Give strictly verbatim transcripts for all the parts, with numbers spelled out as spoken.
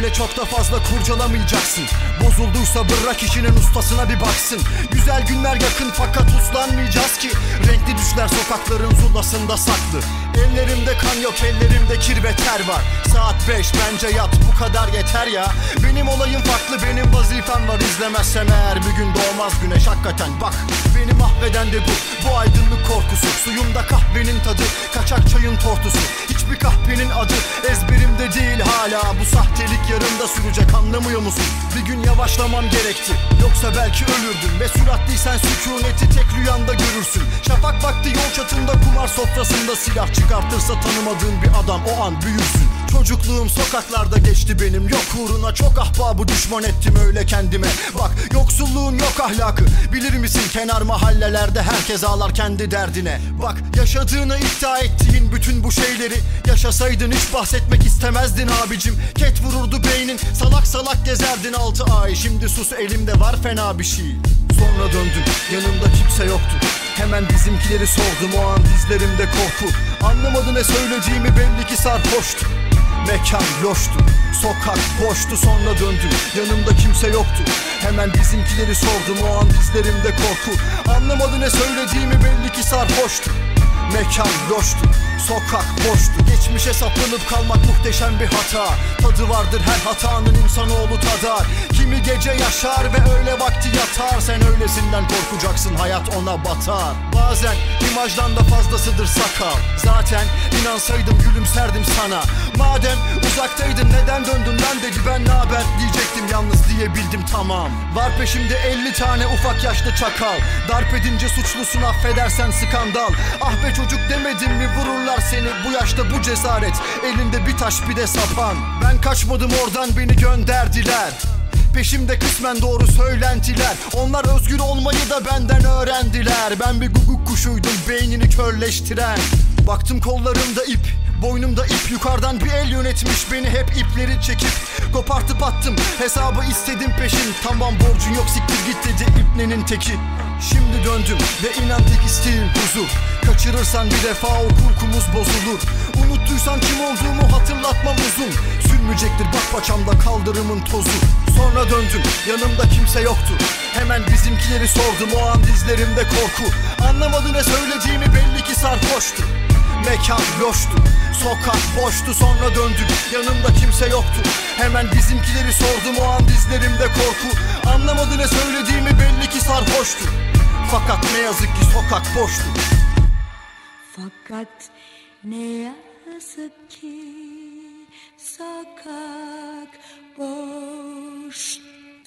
öyle çok da fazla kurcalamayacaksın. Bozulduysa bırak işinin ustasına bir baksın. Güzel günler yakın fakat uslanmayacağız ki. Renkli düşler sokakların zulasında saklı. Ellerimde kan yok, ellerimde kir ve ter var. Saat beş, bence yat, bu kadar yeter ya. Benim olayım farklı, benim vazifem var. İzlemezsem eğer bir gün doğmaz güneş. Hakikaten bak, beni mahveden de bu. Bu aydınlık korkusu. Suyumda kahvenin tadı, kaçak çayın tortusu. Hiçbir kahvenin adı ezberimde değil hala. Bu sahtelik yarımda sürecek, anlamıyor musun? Bir gün yavaşlamam gerekti, yoksa belki ölürdüm. Ve süratliysen sükuneti tek rüyanda görürsün. Şafak vakti yol çatında, kumar sofrasında silah çıkartırsa tanımadığın bir adam, o an büyürsün. Çocukluğum sokaklarda geçti benim. Yok uğruna çok ahbabı düşman ettim öyle kendime. Bak, yoksulluğun yok ahlakı, bilir misin? Kenar mahallelerde herkes ağlar kendi derdine. Bak, yaşadığını iddia ettiğin bütün bu şeyleri yaşasaydın hiç bahsetmek istemezdin abicim. Ket vururdu beynin, salak salak gezerdin altı ay. Şimdi sus, elimde var fena bir şey. Sonra döndüm, yanımda kimse yoktu. Hemen bizimkileri sordum, o an dizlerimde korku. Anlamadı ne söylediğimi, belli ki sarhoştu. Mekan loştu, sokak boştu. Sonra döndüm, yanımda kimse yoktu. Hemen bizimkileri sordum, o an dizlerimde korku. Anlamadı ne söylediğimi, belli ki sarhoştu. Mekan loştu, sokak boştu. Geçmişe saplanıp kalmak muhteşem bir hata. Tadı vardır her hatanın, insanoğlu tadar. Kimi gece yaşar ve öyle vakti yatar. Sen öylesinden korkacaksın, hayat ona batar. Bazen imajdan da fazlasıdır sakal. Zaten inansaydım gülümserdim sana. Madem uzaktaydın neden döndün lan dedi. Ben naber diyecektim, yalnız diyebildim tamam. Var peşimde elli tane ufak yaşlı çakal. Darp edince suçlusun, affedersen skandal. Ah be çocuk demedim mi, vururlar seni bu yaşta, bu cesaret. Elinde bir taş bir de sapan. Ben kaçmadım oradan, beni gönderdiler. Peşimde kısmen doğru söylentiler. Onlar özgür olmayı da benden öğrendiler. Ben bir guguk kuşuydum beynini körleştiren. Baktım kollarımda ip, boynumda ip. Yukarıdan bir el yönetmiş beni, hep ipleri çekip kopartıp attım. Hesabı istedim peşin. Tamam borcun yok, siktir git dedi ipnenin teki. Şimdi döndüm ve inan tek isteğim huzur. Kaçırırsan bir defa o hukukumuz bozulur. Unuttuysan kim olduğumu hatırlatmam uzun. Sürmeyecektir bak paçamda kaldırımın tozu. Sonra döndüm, yanımda kimse yoktu. Hemen bizimkileri sordum, o an dizlerimde korku. Anlamadı ne söylediğimi, belli ki sarhoştu. Mekan loştu, sokak boştu. Sonra döndüm, yanımda kimse yoktu. Hemen bizimkileri sordum, o an dizlerimde korku. Anlamadı ne söylediğimi, belli ki sarhoştu. Fakat ne yazık ki sokak boştu. Fakat ne yazık ki sokak boştu.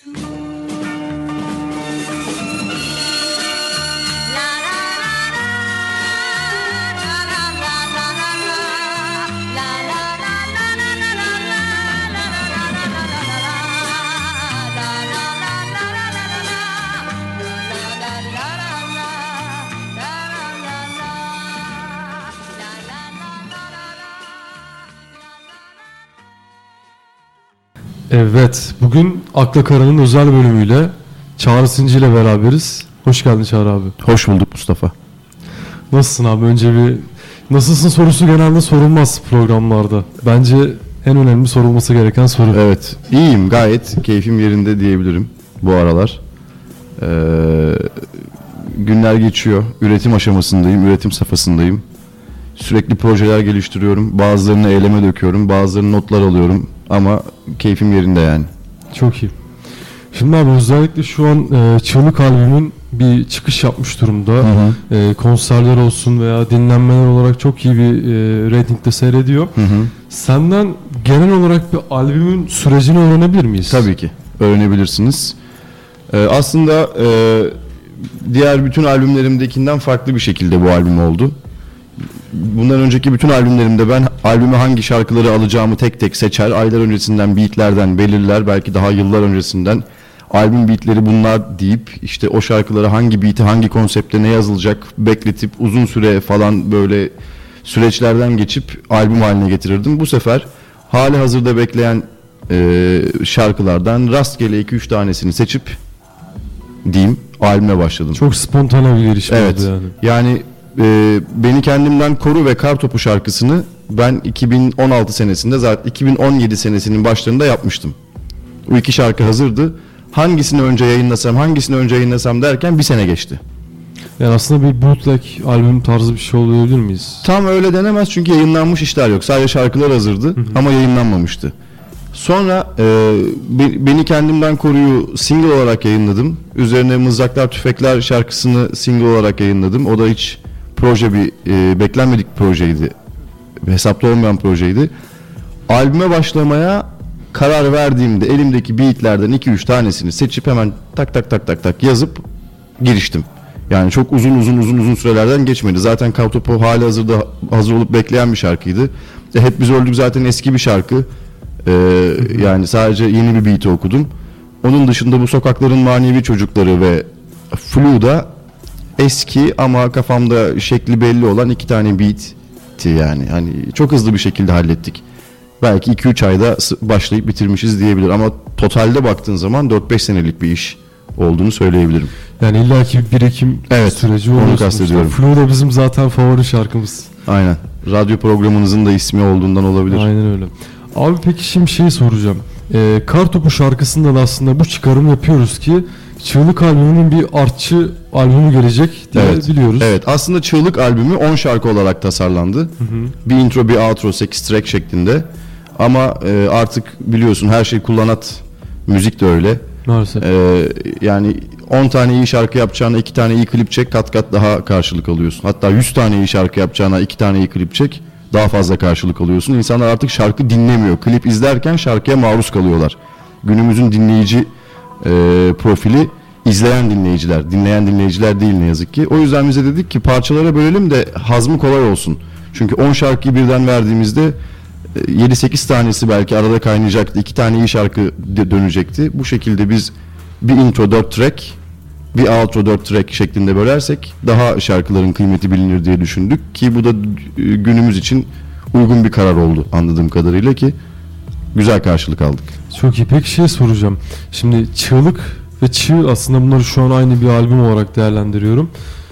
Evet, bugün Akla Kara'nın özel bölümüyle Çağrı Sinci ile beraberiz. Hoş geldin Çağrı abi. Hoş bulduk Mustafa. Nasılsın abi? Önce bir nasılsın sorusu genelde sorulmaz programlarda. Bence en önemli sorulması gereken soru. Evet, iyiyim, gayet keyfim yerinde diyebilirim bu aralar. Ee, günler geçiyor, üretim aşamasındayım, üretim safhasındayım. Sürekli projeler geliştiriyorum, bazılarını eyleme döküyorum, bazılarını notlar alıyorum ama keyfim yerinde yani. Çok iyi. Şimdi abi özellikle şu an e, Çığlık albümün bir çıkış yapmış durumda. Hı hı. E, konserler olsun veya dinlenmeler olarak çok iyi bir e, reytingde seyrediyor. Hı hı. Senden genel olarak bir albümün sürecini öğrenebilir miyiz? Tabii ki öğrenebilirsiniz. Ee, aslında e, diğer bütün albümlerimdekinden farklı bir şekilde bu albüm oldu. Bundan önceki bütün albümlerimde ben albüme hangi şarkıları alacağımı tek tek seçer, aylar öncesinden beatlerden belirler, belki daha yıllar öncesinden albüm beatleri bunlar deyip işte o şarkıları hangi beat'i hangi konsepte ne yazılacak bekletip uzun süre falan böyle süreçlerden geçip albüm haline getirirdim. Bu sefer hali hazırda bekleyen e, şarkılardan rastgele iki üç tanesini seçip diyeyim albüme başladım. Çok spontane bir gelişme evet, oldu yani. Yani e, Beni Kendimden Koru ve Kartopu şarkısını Ben iki bin on altı senesinde zaten iki bin on yedi senesinin başlarında yapmıştım. O iki şarkı hazırdı. Hangisini önce yayınlasam, hangisini önce yayınlasam derken bir sene geçti. Yani aslında bir bootleg albüm tarzı bir şey oluyor miyiz? Tam öyle denemez çünkü yayınlanmış işler yok. Sadece şarkılar hazırdı hı hı. ama yayınlanmamıştı. Sonra e, be, Beni Kendimden Koru'yu single olarak yayınladım. Üzerine Mızraklar Tüfekler şarkısını single olarak yayınladım. O da hiç proje bir e, beklenmedik bir projeydi. Hesapta olmayan projeydi. Albüme başlamaya karar verdiğimde elimdeki beatlerden iki üç tanesini seçip hemen tak tak tak tak tak yazıp giriştim. Yani çok uzun uzun uzun uzun sürelerden geçmedi. Zaten Kavtopo hali hazırda hazır olup bekleyen bir şarkıydı. E, Hep Biz Öldük zaten eski bir şarkı. Ee, yani sadece yeni bir beat'i okudum. Onun dışında bu Sokakların Manevi Çocukları ve Flu da eski ama kafamda şekli belli olan iki tane beat'ti yani. Hani çok hızlı bir şekilde hallettik. Belki iki üç ayda başlayıp bitirmişiz diyebilir ama totalde baktığın zaman dört beş senelik bir iş olduğunu söyleyebilirim. Yani illaki bir birikim evet, süreci onu oluyor. kastediyorum. Flu da bizim zaten favori şarkımız. Aynen. Radyo programınızın da ismi olduğundan olabilir. Aynen öyle. Abi peki şimdi şeyi soracağım. Ee, Kartopu şarkısından aslında bu çıkarım yapıyoruz ki Çığlık albümünün bir artçı albümü gelecek diye evet, biliyoruz. Evet. Aslında Çığlık albümü on şarkı olarak tasarlandı. Hı hı. Bir intro, bir outro, sekiz track şeklinde. Ama e, artık biliyorsun her şey kullanat. Müzik de öyle. Maalesef. E, yani on tane iyi şarkı yapacağına iki tane iyi klip çek, kat kat daha karşılık alıyorsun. Hatta yüz tane iyi şarkı yapacağına iki tane iyi klip çek, daha fazla karşılık alıyorsun. İnsanlar artık şarkı dinlemiyor. Klip izlerken şarkıya maruz kalıyorlar. Günümüzün dinleyici e, profili izleyen dinleyiciler, dinleyen dinleyiciler değil ne yazık ki. O yüzden bize dedik ki parçalara bölelim de hazmı kolay olsun. Çünkü on şarkıyı birden verdiğimizde yedi sekiz tanesi belki arada kaynayacaktı. iki tane iyi şarkı dönecekti. Bu şekilde biz bir intro dört track, bir outro dört track şeklinde bölersek daha şarkıların kıymeti bilinir diye düşündük ki bu da günümüz için uygun bir karar oldu anladığım kadarıyla ki güzel karşılık aldık. Çok iyi. Peki şey soracağım. Şimdi Çığlık ve Çığ aslında bunları şu an aynı bir albüm olarak değerlendiriyorum.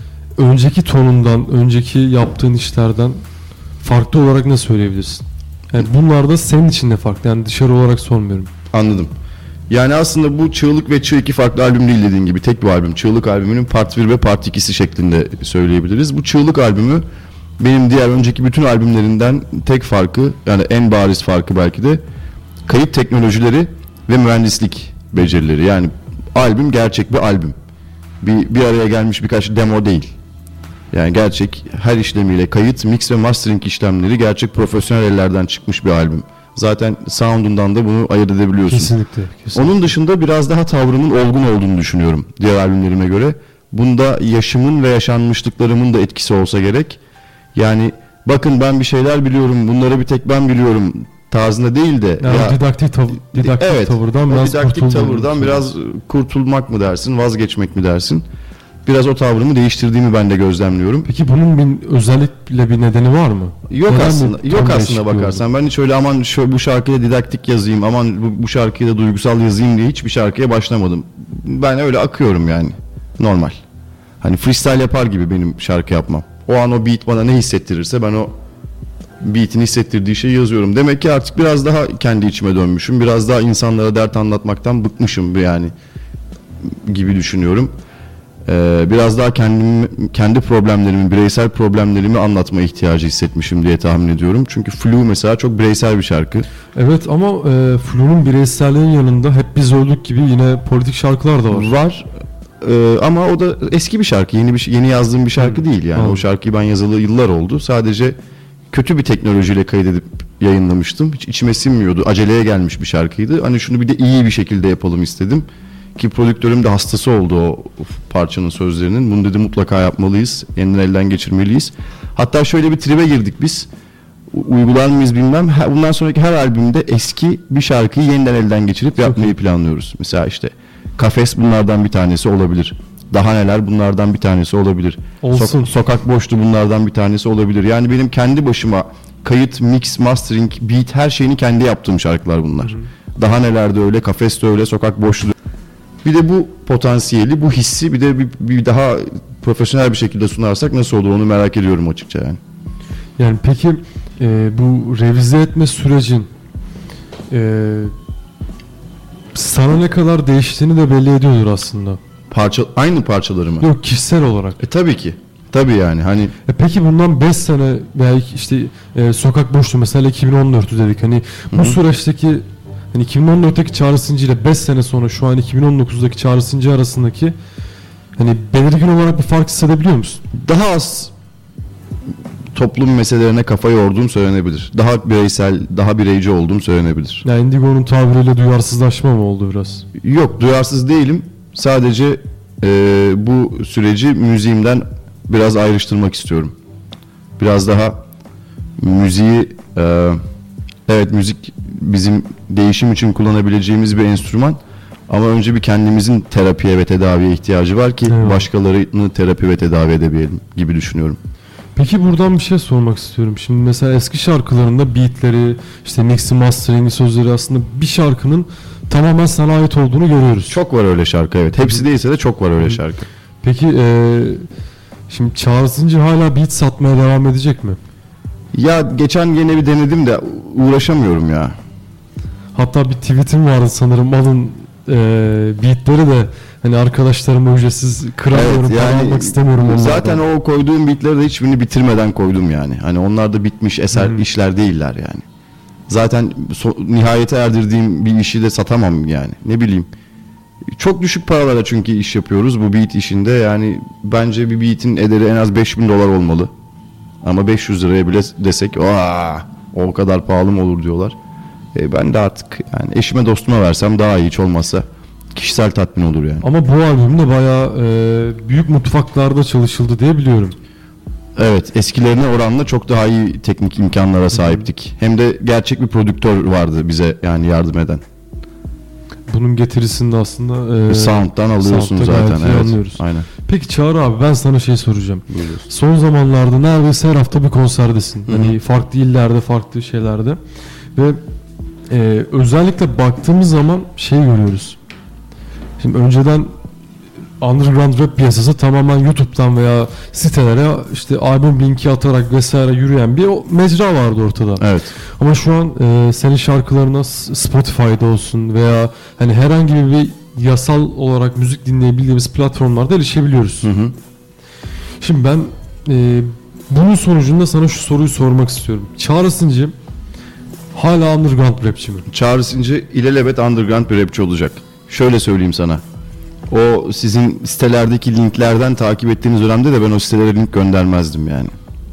Önceki tonundan, önceki yaptığın işlerden farklı olarak ne söyleyebilirsin? Yani bunlar da senin için ne farklı? Yani dışarı olarak sormuyorum. Anladım. Yani aslında bu Çığlık ve Çığ iki farklı albüm değil dediğin gibi tek bir albüm. Çığlık albümünün part bir ve part ikisi şeklinde söyleyebiliriz. Bu Çığlık albümü benim diğer önceki bütün albümlerinden tek farkı, yani en bariz farkı belki de kayıt teknolojileri ve mühendislik becerileri. Yani albüm gerçek bir albüm. Bir, bir araya gelmiş birkaç demo değil. Yani gerçek her işlemiyle kayıt, mix ve mastering işlemleri gerçek profesyonel ellerden çıkmış bir albüm. Zaten sound'undan da bunu ayırt edebiliyorsun. Kesinlikle, kesinlikle. Onun dışında biraz daha tavrımın olgun olduğunu düşünüyorum diğer albümlerime göre. Bunda yaşımın ve yaşanmışlıklarımın da etkisi olsa gerek. Yani bakın ben bir şeyler biliyorum, bunları bir tek ben biliyorum tarzında değil de. Yani ya, didaktik, tav- didaktik evet, tavırdan biraz didaktik tavırdan biraz kurtulmak mı dersin, vazgeçmek mi dersin? Biraz o tavrımı değiştirdiğimi ben de gözlemliyorum. Peki bunun bir özellikle bir nedeni var mı? Yok Neden aslında. Yok aslında oldu? bakarsan. Ben hiç öyle aman şu, bu şarkıda didaktik yazayım, aman bu, bu şarkıda duygusal yazayım diye hiçbir şarkıya başlamadım. Ben öyle akıyorum yani. Normal. Hani freestyle yapar gibi benim şarkı yapmam. O an o beat bana ne hissettirirse ben o beat'in hissettirdiği şeyi yazıyorum. Demek ki artık biraz daha kendi içime dönmüşüm. Biraz daha insanlara dert anlatmaktan bıkmışım yani gibi düşünüyorum. Ee, biraz daha kendim, kendi problemlerimi, bireysel problemlerimi anlatma ihtiyacı hissetmişim diye tahmin ediyorum. Çünkü Flu mesela çok bireysel bir şarkı. Evet ama e, Flu'nun bireyselliğinin yanında Hep Biz Öldük gibi yine politik şarkılar da var. Var. Ee, ama o da eski bir şarkı, yeni bir yeni yazdığım bir şarkı Hı. değil yani. Anladım. O şarkıyı ben yazalı yıllar oldu. Sadece kötü bir teknolojiyle kaydedip yayınlamıştım. Hiç içime sinmiyordu. Aceleye gelmiş bir şarkıydı. Hani şunu bir de iyi bir şekilde yapalım istedim. Ki prodüktörüm de hastası oldu o parçanın sözlerinin. Bunu dedi mutlaka yapmalıyız. Yeniden elden geçirmeliyiz. Hatta şöyle bir tribe girdik biz. Uygular mıyız bilmem. Bundan sonraki her albümde eski bir şarkıyı yeniden elden geçirip yapmayı planlıyoruz. Mesela işte Kafes bunlardan bir tanesi olabilir. Daha neler bunlardan bir tanesi olabilir. Olsun. So- sokak boştu bunlardan bir tanesi olabilir. Yani benim kendi başıma kayıt, mix, mastering, beat her şeyini kendi yaptığım şarkılar bunlar. Hı hı. Daha neler de öyle, Kafes de öyle, sokak boşluğu. Bir de bu potansiyeli, bu hissi bir de bir, bir daha profesyonel bir şekilde sunarsak nasıl olur onu merak ediyorum açıkça yani. Yani peki e, bu revize etme sürecin e, sana ne kadar değiştiğini de belli ediyordur aslında. Parça aynı parçaları mı? Yok, kişisel olarak. E tabii ki. Tabii yani hani E peki bundan beş sene veya işte e, sokak boşluğu mesela iki bin on dört'ü dedik. Hani bu Hı-hı. süreçteki hani iki bin on dört'teki Çağrı Sıncı ile beş sene sonra şu an iki bin on dokuz'daki Çağrı Sıncı arasındaki hani belirgin olarak bir fark hissedebiliyor musun? daha az toplum meselelerine kafa yorduğum söylenebilir. Daha bireysel, daha bireyci olduğum söylenebilir. Yani Indigo'nun tabiriyle duyarsızlaşma mı oldu biraz? Yok, duyarsız değilim. Sadece e, bu süreci müziğimden biraz ayrıştırmak istiyorum. Biraz daha müziği, e, evet müzik bizim değişim için kullanabileceğimiz bir enstrüman. Ama önce bir kendimizin terapiye ve tedaviye ihtiyacı var ki Evet. başkalarını terapi ve tedavi edebilelim gibi düşünüyorum. Peki buradan bir şey sormak istiyorum. Şimdi mesela eski şarkılarında beatleri, işte mixi, mastering'i, sözleri aslında bir şarkının tamamen sana ait olduğunu görüyoruz. Çok var öyle şarkı, evet. Hepsi değilse de çok var öyle şarkı. Peki e, şimdi Çağrı Sıncı hala beat satmaya devam edecek mi? Ya geçen gene bir denedim de uğraşamıyorum ya. Hatta bir tweetim vardı sanırım, alın e, beatleri de hani arkadaşlarıma ücretsiz kıramıyorum, Evet, para yani almak istemiyorum onlardan. zaten o koyduğum beatleri de hiçbirini bitirmeden koydum yani. Hani onlar da bitmiş eser Hı. işler değiller yani. Zaten so- nihayete erdirdiğim bir işi de satamam yani. Ne bileyim. Çok düşük paralara çünkü iş yapıyoruz bu beat işinde. Yani bence bir beat'in ederi en az beş bin dolar olmalı. Ama beş yüz liraya bile desek aa, o kadar pahalı mı olur diyorlar. E ben de artık yani eşime dostuma versem daha iyi, hiç olmazsa kişisel tatmin olur yani. Ama bu albümde bayağı e, büyük mutfaklarda çalışıldı diye biliyorum. Evet, eskilerine oranla çok daha iyi teknik imkanlara sahiptik. Hem de gerçek bir prodüktör vardı bize yani yardım eden. Bunun getirisini de aslında e, Sound'dan alıyorsun sound'da zaten. gayet iyi Evet. anlıyoruz. Aynen. Peki Çağrı abi, ben sana şey soracağım. Buyuruyorsun. Son zamanlarda neredeyse her hafta bir konserdesin. Hı hı. Hani farklı illerde, farklı şeylerde. Ve e, özellikle baktığımız zaman şey görüyoruz. Şimdi önceden underground rap piyasası tamamen YouTube'dan veya sitelere işte albüm linki atarak vesaire yürüyen bir o mecra vardı ortada. Evet. Ama şu an e, senin şarkılarına s- Spotify'da olsun veya hani herhangi bir yasal olarak müzik dinleyebildiğimiz platformlarda erişebiliyoruz. Hı hı. Şimdi ben e, bunun sonucunda sana şu soruyu sormak istiyorum. Çağrı Sıncı hala underground rapçi mi? Çağrı Sıncı ilelebet underground bir rapçi olacak. Şöyle söyleyeyim sana. O sizin sitelerdeki linklerden takip ettiğiniz dönemde de ben o sitelere link göndermezdim yani.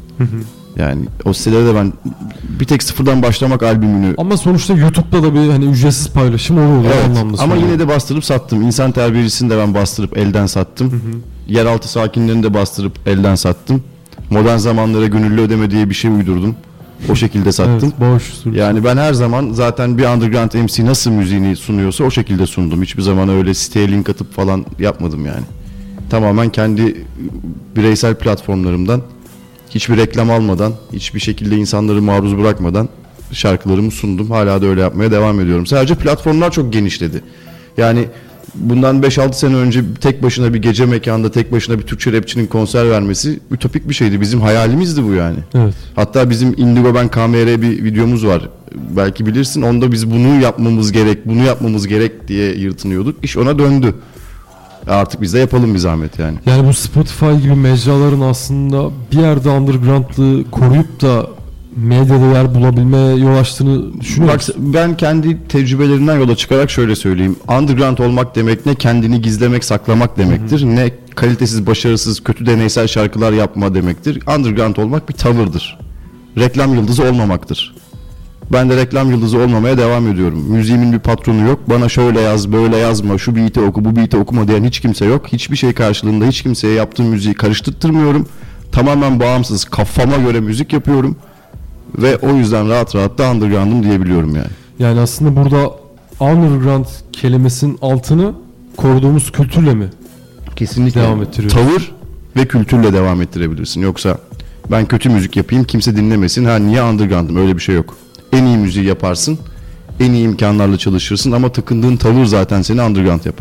Yani o sitelere de ben bir tek sıfırdan başlamak albümünü. Ama sonuçta YouTube'da da bir hani ücretsiz paylaşım oluyor. Evet, anlamda ama söylüyorum. yine de bastırıp sattım. İnsan terbiyecisini de ben bastırıp elden sattım. Yeraltı sakinlerini de bastırıp elden sattım. Modern zamanlara gönüllü ödeme diye bir şey uydurdum. O şekilde sattım. Evet, bağış usulü. Yani ben her zaman zaten bir underground M C nasıl müziğini sunuyorsa o şekilde sundum. Hiçbir zaman öyle siteye link atıp falan yapmadım yani. Tamamen kendi bireysel platformlarımdan, hiçbir reklam almadan, hiçbir şekilde insanları maruz bırakmadan şarkılarımı sundum. Hala da öyle yapmaya devam ediyorum. Sadece platformlar çok genişledi. Yani bundan beş altı sene önce tek başına bir gece mekanda tek başına bir Türkçe rapçinin konser vermesi ütopik bir şeydi. Bizim hayalimizdi bu yani. Evet. Hatta bizim Indigo Ben K M R bir videomuz var. Belki bilirsin. Onda biz bunu yapmamız gerek, bunu yapmamız gerek diye yırtınıyorduk. İş ona döndü. Artık biz de yapalım bir zahmet yani. Yani bu Spotify gibi mecraların aslında bir yerde underground'lığı koruyup da medyada yer bulabilmeye yol açtığını düşünüyor Bak musun? ben kendi tecrübelerimden yola çıkarak şöyle söyleyeyim. Underground olmak demek ne kendini gizlemek, saklamak demektir. Ne kalitesiz, başarısız, kötü deneysel şarkılar yapma demektir. Underground olmak bir tavırdır. Reklam yıldızı olmamaktır. Ben de reklam yıldızı olmamaya devam ediyorum. Müziğimin bir patronu yok. Bana şöyle yaz, böyle yazma, şu beat'i oku, bu beat'i okuma diyen hiç kimse yok. Hiçbir şey karşılığında hiç kimseye yaptığım müziği karıştırtmıyorum. Tamamen bağımsız, kafama göre müzik yapıyorum. Ve o yüzden rahat rahat da underground'ım diyebiliyorum yani. Yani aslında burada underground kelimesinin altını koruduğumuz kültürle mi Kesinlikle. devam ettiriyoruz? Tavır ve kültürle devam ettirebilirsin. Yoksa ben kötü müzik yapayım, kimse dinlemesin. Ha niye underground'ım? Öyle bir şey yok. En iyi müziği yaparsın. En iyi imkanlarla çalışırsın ama takındığın tavır zaten seni underground yapar.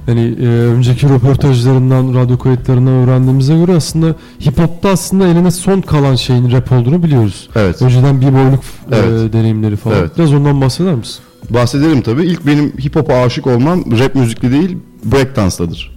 Hani e, önceki röportajlarından, radyo kayıtlarından öğrendiğimize göre aslında hip hop'ta aslında eline son kalan şeyin rap olduğunu biliyoruz. Evet. Önceden b-boyluk Evet. e, deneyimleri falan. Evet. Biraz ondan bahseder misin? Bahsederim tabii. İlk benim hip hop'a aşık olmam rap müzikli değil, breakdance'ladır.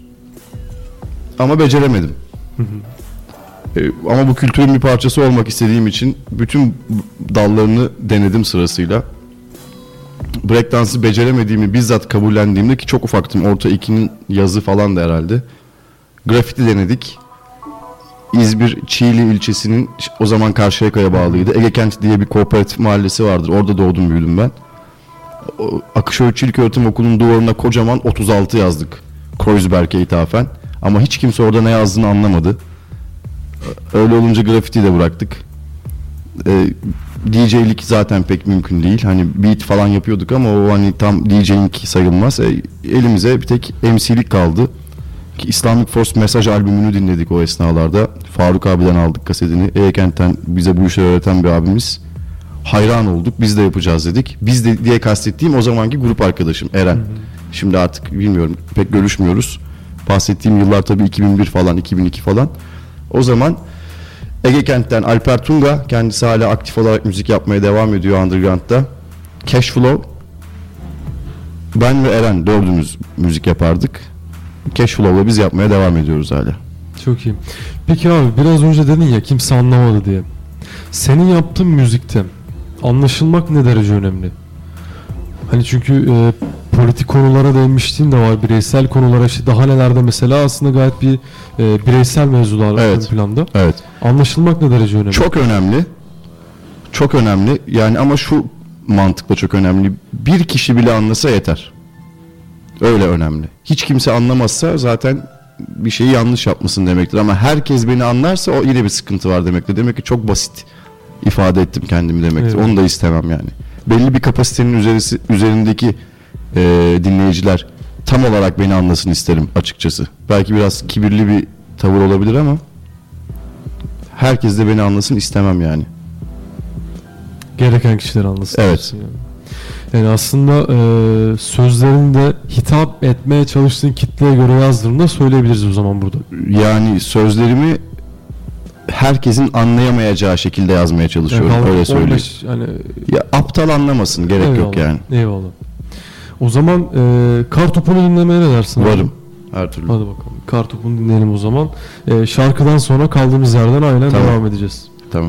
Ama beceremedim. Hı hı. Ee, ama bu kültürün bir parçası olmak istediğim için bütün dallarını denedim sırasıyla. Breakdance'ı beceremediğimi bizzat kabullendiğimde, ki çok ufaktım, orta ikinin yazı falan da herhalde. Grafiti denedik. İzmir Çiğli ilçesinin, o zaman Karşıyaka'ya bağlıydı, Ege Kent diye bir kooperatif mahallesi vardır. Orada doğdum, büyüdüm ben. O, Akışöy İlköğretim Okulu'nun duvarına kocaman otuz altı yazdık. Kreuzberg'e ithafen. Ama hiç kimse orada ne yazdığını anlamadı. Öyle olunca grafitiyi de bıraktık. Ee, D J'lik zaten pek mümkün değil. Hani beat falan yapıyorduk ama o hani tam D J'lik sayılmaz. E, elimize bir tek M C'lik kaldı. Ki Islamic Force Mesaj albümünü dinledik o esnalarda. Faruk abiden aldık kasetini. Eykent'ten bize bu işleri öğreten bir abimiz. Hayran olduk. Biz de yapacağız dedik. Biz de diye kastettiğim o zamanki grup arkadaşım Eren. Hı hı. Şimdi artık bilmiyorum, pek görüşmüyoruz. Bahsettiğim yıllar tabii iki bin bir falan, iki bin iki falan. O zaman Ege Kent'ten Alper Tunga, kendisi hala aktif olarak müzik yapmaya devam ediyor underground'da. Cashflow, ben ve Eren dördümüz müzik yapardık. Cashflow'la biz yapmaya devam ediyoruz hala. Çok iyi. Peki abi, biraz önce dedin ya kimse anlamadı diye. Senin yaptığın müzikte anlaşılmak ne derece önemli? Hani çünkü e, politik konulara değinmişliğin de var, bireysel konulara, işte daha nelerde mesela aslında gayet bir e, bireysel mevzular evet. ön planda. Evet. Anlaşılmak ne derece önemli? Çok önemli. Çok önemli. Yani ama şu mantıkla çok önemli. Bir kişi bile anlasa yeter. Öyle önemli. Hiç kimse anlamazsa zaten bir şeyi yanlış yapmışsın demektir. Ama herkes beni anlarsa o yine bir sıkıntı var demektir. Demek ki çok basit ifade ettim kendimi demektir. Evet. Onu da istemem yani. Belli bir kapasitenin üzerisi, üzerindeki e, dinleyiciler tam olarak beni anlasın isterim açıkçası. Belki biraz kibirli bir tavır olabilir ama herkes de beni anlasın istemem yani. Gereken kişiler anlasın. Evet. Yani. Yani aslında e, sözlerinde hitap etmeye çalıştığın kitleye göre yazdığını da söyleyebiliriz o zaman burada. Yani sözlerimi herkesin anlayamayacağı şekilde yazmaya çalışıyorum, yani öyle söyleyeyim. Yani... Ya aptal anlamasın, gerek eyvallah, yok yani. Eyvallah. O zaman e, Kartopu'nu dinlemeye ne dersin? Varım. Abi? Her türlü. Hadi bakalım. Kartopu'nu dinleyelim o zaman. E, şarkıdan sonra kaldığımız yerden aynen tamam. devam edeceğiz. Tamam.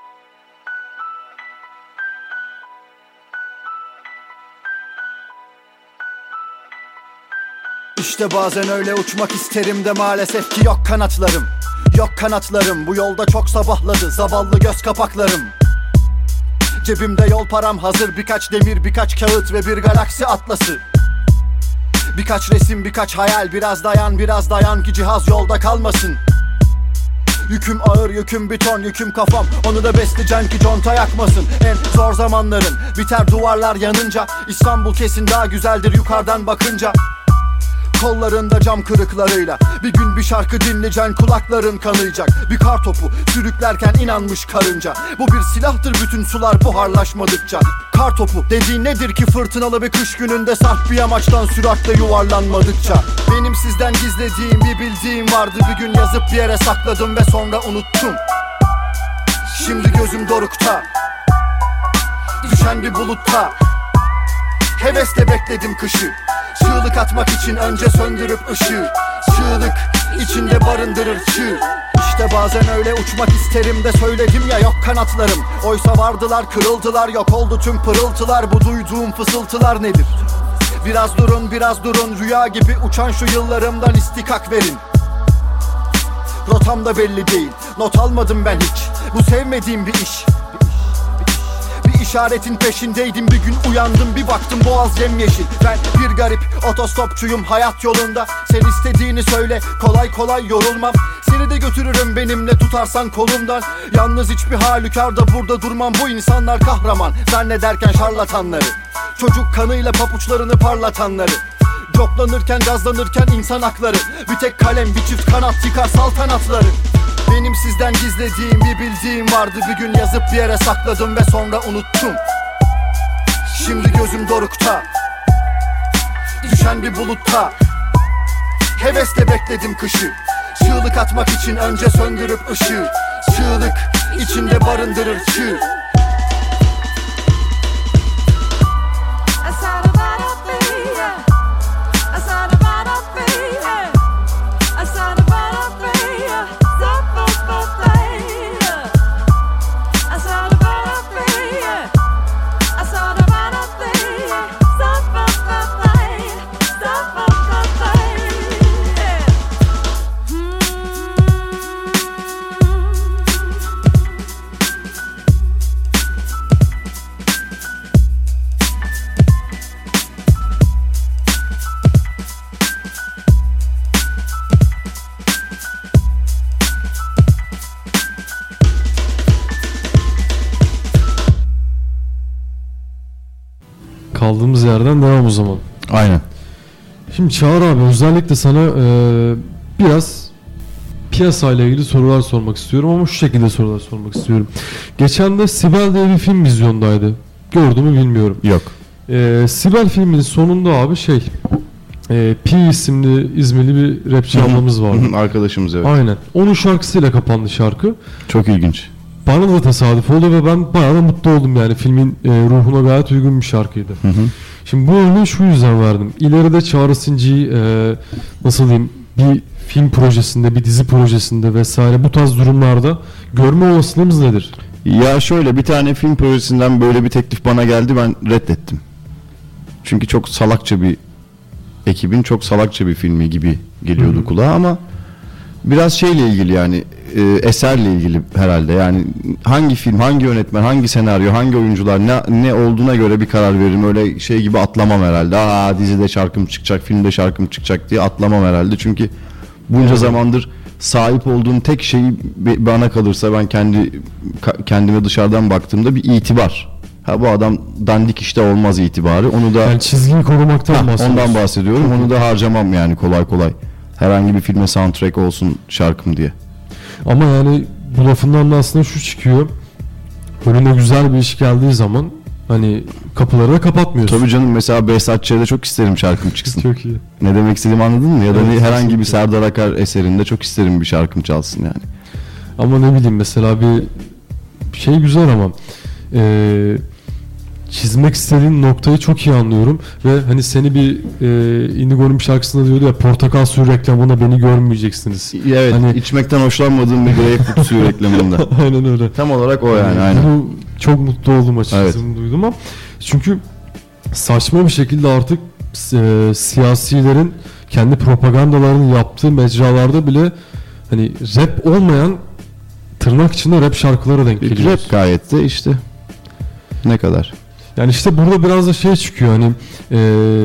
İşte bazen öyle uçmak isterim de maalesef ki yok kanatlarım. Yok kanatlarım, bu yolda çok sabahladı zavallı göz kapaklarım. Cebimde yol param hazır, birkaç demir, birkaç kağıt ve bir galaksi atlası. Birkaç resim, birkaç hayal, biraz dayan, biraz dayan ki cihaz yolda kalmasın. Yüküm ağır, yüküm bir ton, yüküm kafam, onu da besleyeceksin ki conta yakmasın. En zor zamanların biter duvarlar yanınca, İstanbul kesin daha güzeldir yukarıdan bakınca. Kollarında cam kırıklarıyla bir gün bir şarkı dinleyeceksin, kulakların kanayacak. Bir kar topu sürüklerken inanmış karınca, bu bir silahtır bütün sular buharlaşmadıkça. Kar topu dediğin nedir ki fırtınalı bir kış gününde sarp bir yamaçtan süratle yuvarlanmadıkça. Benim sizden gizlediğim bir bildiğim vardı, bir gün yazıp bir yere sakladım ve sonra unuttum. Şimdi gözüm dorukta, düşen bir bulutta. Hevesle bekledim kışı, çığlık atmak için önce söndürüp ışığı. Çığlık içinde barındırır çığ. İşte bazen öyle uçmak isterim de söyledim ya yok kanatlarım. Oysa vardılar, kırıldılar, yok oldu tüm pırıltılar. Bu duyduğum fısıltılar nedir? Biraz durun, biraz durun, rüya gibi uçan şu yıllarımdan istikak verin. Rotam da belli değil, not almadım ben hiç, bu sevmediğim bir iş. İşaretin peşindeydim, bir gün uyandım, bir baktım boğaz yemyeşil. Ben bir garip otostopçuyum hayat yolunda. Sen istediğini söyle, kolay kolay yorulmam. Seni de götürürüm benimle tutarsan kolumdan. Yalnız hiçbir halükarda burada durmam. Bu insanlar kahraman zannederken şarlatanları, çocuk kanıyla papuçlarını parlatanları, coplanırken gazlanırken insan hakları. Bir tek kalem, bir çift kanat yıkar saltanatları. Benim sizden gizlediğim bir bildiğim vardı, bir gün yazıp bir yere sakladım ve sonra unuttum. Şimdi gözüm dorukta, düşen bir bulutta. hevesle bekledim kışı. Çığlık atmak için önce söndürüp ışığı. Çığlık içinde barındırır çığ. Kaldığımız yerden devam o zaman. Aynen. Şimdi Çağrı abi, özellikle sana e, biraz piyasayla ilgili sorular sormak istiyorum ama şu şekilde sorular sormak istiyorum. Geçen de Sibel diye bir film vizyondaydı. Gördün mü bilmiyorum. Yok. E, Sibel filminin sonunda abi şey e, P isimli İzmirli bir rapçi ablamız vardı. Arkadaşımız, evet. Aynen. Onun şarkısıyla kapandı şarkı. Çok ilginç. Bana da tesadüf oldu ve ben bayağı da mutlu oldum yani. Filmin e, ruhuna gayet uygun bir şarkıydı. Hı hı. Şimdi bu örneği şu yüzden verdim. İleride Çağrı Sıncı'yı e, nasıl diyeyim, bir film projesinde, bir dizi projesinde vesaire bu tarz durumlarda görme olasılığımız nedir? Ya şöyle, bir tane film projesinden böyle bir teklif bana geldi, ben reddettim. Çünkü çok salakça bir ekibin çok salakça bir filmi gibi geliyordu Hı-hı. kulağa, ama biraz şeyle ilgili yani e, eserle ilgili herhalde. Yani hangi film, hangi yönetmen, hangi senaryo, hangi oyuncular ne ne olduğuna göre bir karar veririm. Öyle şey gibi atlamam herhalde. Aa, dizide şarkım çıkacak, filmde şarkım çıkacak diye atlamam herhalde. Çünkü bunca evet. zamandır sahip olduğum tek şey bana kalırsa, ben kendi kendime dışarıdan baktığımda bir itibar. Ha, bu adam dandik işte olmaz itibarı. Onu da yani çizgiyi korumaktan ha, bahsediyorsun. Ondan bahsediyorum. Onu da harcamam yani kolay kolay. Herhangi bir filme soundtrack olsun şarkım diye. Ama yani bu lafından da aslında şu çıkıyor. Önüne güzel bir iş geldiği zaman hani kapıları da kapatmıyorsun. Tabii canım, mesela Behzat Ç'de çok isterim şarkım çıksın. Çok iyi. Ne demek istediğimi anladın mı? Ya da evet, herhangi bir Serdar Akar eserinde çok isterim bir şarkım çalsın yani. Ama ne bileyim, mesela bir şey güzel ama eee çizmek istediğin noktayı çok iyi anlıyorum ve hani seni bir e, Indigo'nun bir şarkısında diyordu ya, portakal suyu reklamında beni görmeyeceksiniz. Evet, hani içmekten hoşlanmadığım bir greyfurt suyu reklamında. Aynen öyle. Tam olarak o yani. Aynen. Bunu çok mutlu oldum açıkçası, evet. bunu duydum ama çünkü saçma bir şekilde artık e, siyasilerin kendi propagandalarını yaptığı mecralarda bile hani rap olmayan, tırnak içinde rap şarkılara denk geliyoruz. Rap gayet de işte ne kadar. Yani işte burada biraz da şey çıkıyor, hani e,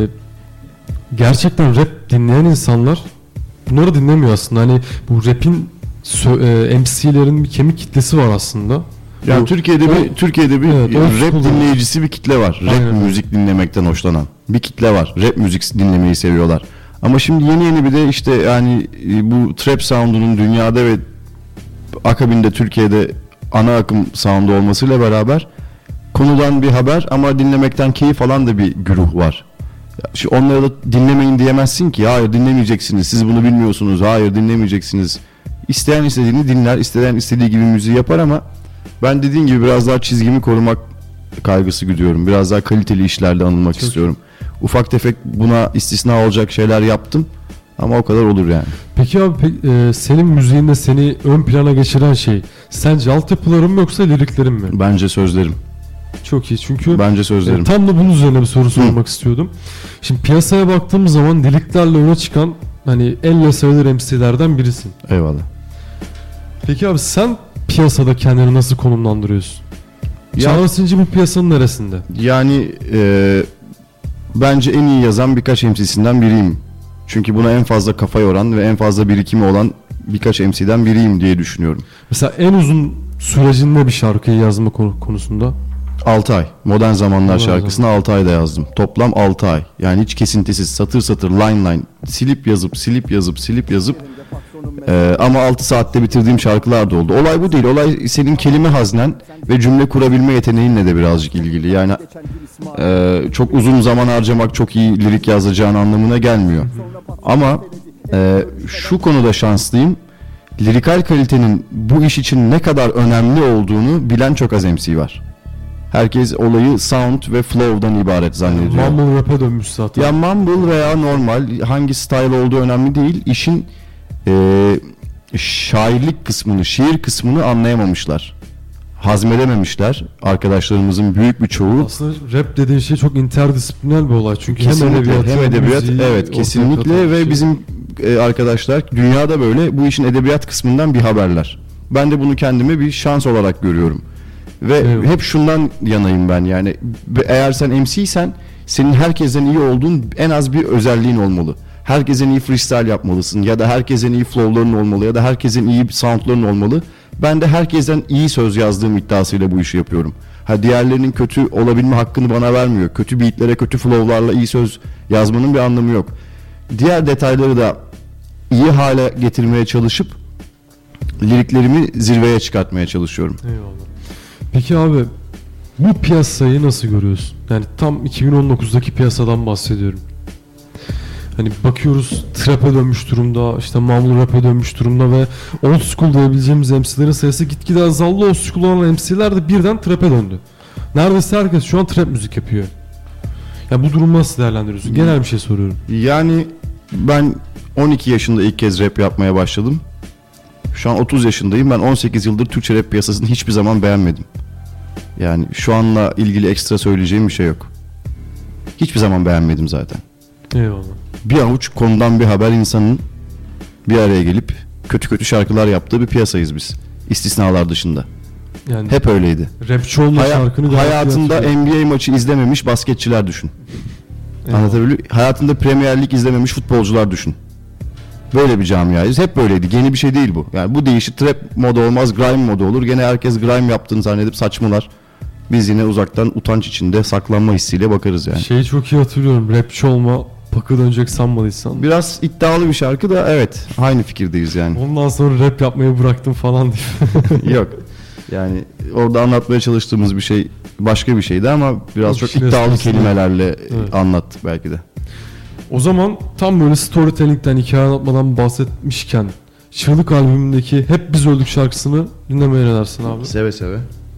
gerçekten rap dinleyen insanlar bunları dinlemiyor aslında. Hani bu rap'in e, M C'lerin bir kemik kitlesi var aslında. Yani bu, Türkiye'de o, bir Türkiye'de bir evet, rap dinleyicisi bir kitle var. Rap Aynen. müzik dinlemekten hoşlanan bir kitle var. Rap müzik dinlemeyi seviyorlar. Ama şimdi yeni yeni bir de işte yani bu trap sound'unun dünyada ve akabinde Türkiye'de ana akım sound'u olmasıyla beraber konudan bir haber ama dinlemekten keyif alan da bir güruh var. Şu onlara da dinlemeyin diyemezsin ki. Hayır, dinlemeyeceksiniz. Siz bunu bilmiyorsunuz. Hayır, dinlemeyeceksiniz. İsteyen istediğini dinler, isteyen istediği gibi müziği yapar ama ben dediğin gibi biraz daha çizgimi korumak kaygısı güdüyorum. Biraz daha kaliteli işlerle anılmak Çok istiyorum. Ufak tefek buna istisna olacak şeyler yaptım ama o kadar olur yani. Peki abi, e, senin müziğinde seni ön plana geçiren şey sence altyapıların mı yoksa liriklerin mi? Bence sözlerim. Çok iyi, çünkü bence sözlerim. E, tam da bunun üzerine bir soru sormak Hı. istiyordum. Şimdi piyasaya baktığımız zaman liriklerle öne çıkan hani elle sayılır M C'lerden birisin. Eyvallah. Peki abi, sen piyasada kendini nasıl konumlandırıyorsun? Ya, Çağrı Sıncı bu piyasanın neresinde? Yani e, bence en iyi yazan birkaç M C'sinden biriyim. Çünkü buna en fazla kafa yoran ve en fazla birikimi olan birkaç M C'den biriyim diye düşünüyorum. Mesela en uzun sürecinde bir şarkıyı yazma konusunda? altı ay. Modern Zamanlar Modern şarkısını zaman. altı ayda yazdım. Toplam altı ay. Yani hiç kesintisiz, satır satır, line line, silip yazıp, silip yazıp, silip yazıp e, ama altı saatte bitirdiğim şarkılar da oldu. Olay bu değil. Olay senin kelime haznen ve cümle kurabilme yeteneğinle de birazcık ilgili. Yani e, çok uzun zaman harcamak çok iyi lirik yazacağın anlamına gelmiyor. Ama Ee, şu konuda şanslıyım. Lirikal kalitenin bu iş için ne kadar önemli olduğunu bilen çok az M C var. Herkes olayı sound ve flow'dan ibaret zannediyor. Mumble rap'e dönmüş zaten. Ya mumble veya normal, hangi style olduğu önemli değil. İşin e, şairlik kısmını, şiir kısmını anlayamamışlar. Hazmedememişler arkadaşlarımızın büyük bir çoğu. Aslında rap dediğin şey çok interdisipliner bir olay. Çünkü Kesinlikle, hem edebiyat, hem edebiyat müziği, evet kesinlikle ve şey. bizim e, arkadaşlar dünyada böyle bu işin edebiyat kısmından bir haberler. Ben de bunu kendime bir şans olarak görüyorum. Ve Evet. hep şundan yanayım ben, yani eğer sen M C'sen senin herkesten iyi olduğun en az bir özelliğin olmalı. Herkesten iyi freestyle yapmalısın ya da herkesten iyi flow'ların olmalı ya da herkesten iyi sound'ların olmalı. Ben de herkesten iyi söz yazdığım iddiasıyla bu işi yapıyorum. Ha, diğerlerinin kötü olabilme hakkını bana vermiyor. Kötü beatlere, kötü flow'larla iyi söz yazmanın bir anlamı yok. Diğer detayları da iyi hale getirmeye çalışıp liriklerimi zirveye çıkartmaya çalışıyorum. Eyvallah. Peki abi, bu piyasayı nasıl görüyorsun? Yani tam iki bin on dokuzdaki piyasadan bahsediyorum. Hani bakıyoruz trap'e dönmüş durumda, işte mumble rap'e dönmüş durumda ve old school diyebileceğimiz M C'lerin sayısı gitgide azaldı. Old school olan M C'ler de birden trap'e döndü. Neredeyse herkes şu an trap müzik yapıyor. Ya bu durumu nasıl değerlendiriyorsun? Genel bir şey soruyorum. Yani ben on iki yaşında ilk kez rap yapmaya başladım. Şu an otuz yaşındayım. Ben on sekiz yıldır Türkçe rap piyasasını hiçbir zaman beğenmedim. Yani şu anla ilgili ekstra söyleyeceğim bir şey yok. Hiçbir zaman beğenmedim zaten. Eyvallah. Bir avuç konudan bir haber insanın bir araya gelip kötü kötü şarkılar yaptığı bir piyasayız biz. İstisnalar dışında. Yani Hep öyleydi. rapçi olma Haya- şarkını gayet hayatında iyi hatırlıyorum. N B A maçı izlememiş basketçiler düşün. Eyvallah. Anlatabiliyor muyum? Hayatında Premier Lig izlememiş futbolcular düşün. Böyle bir camiayız. Hep böyleydi. Yeni bir şey değil bu. Yani bu değişik trap moda olmaz, grime moda olur. Gene herkes grime yaptığını zannedip saçmalar. Biz yine uzaktan utanç içinde saklanma hissiyle bakarız yani. Şeyi çok iyi hatırlıyorum. Rapçi olma, pakı dönecek sanmadıysan. Biraz iddialı bir şarkı da evet. Aynı fikirdeyiz yani. Ondan sonra rap yapmayı bıraktım falan diye. Yok. Yani orada anlatmaya çalıştığımız bir şey başka bir şeydi ama biraz Çok çok işin iddialı esprisi. kelimelerle Evet. anlattık belki de. O zaman tam böyle storytelling'den, hikaye anlatmadan bahsetmişken Çığlık albümündeki Hep Biz Öldük şarkısını dinlemeye ne dersin abi? Seve seve.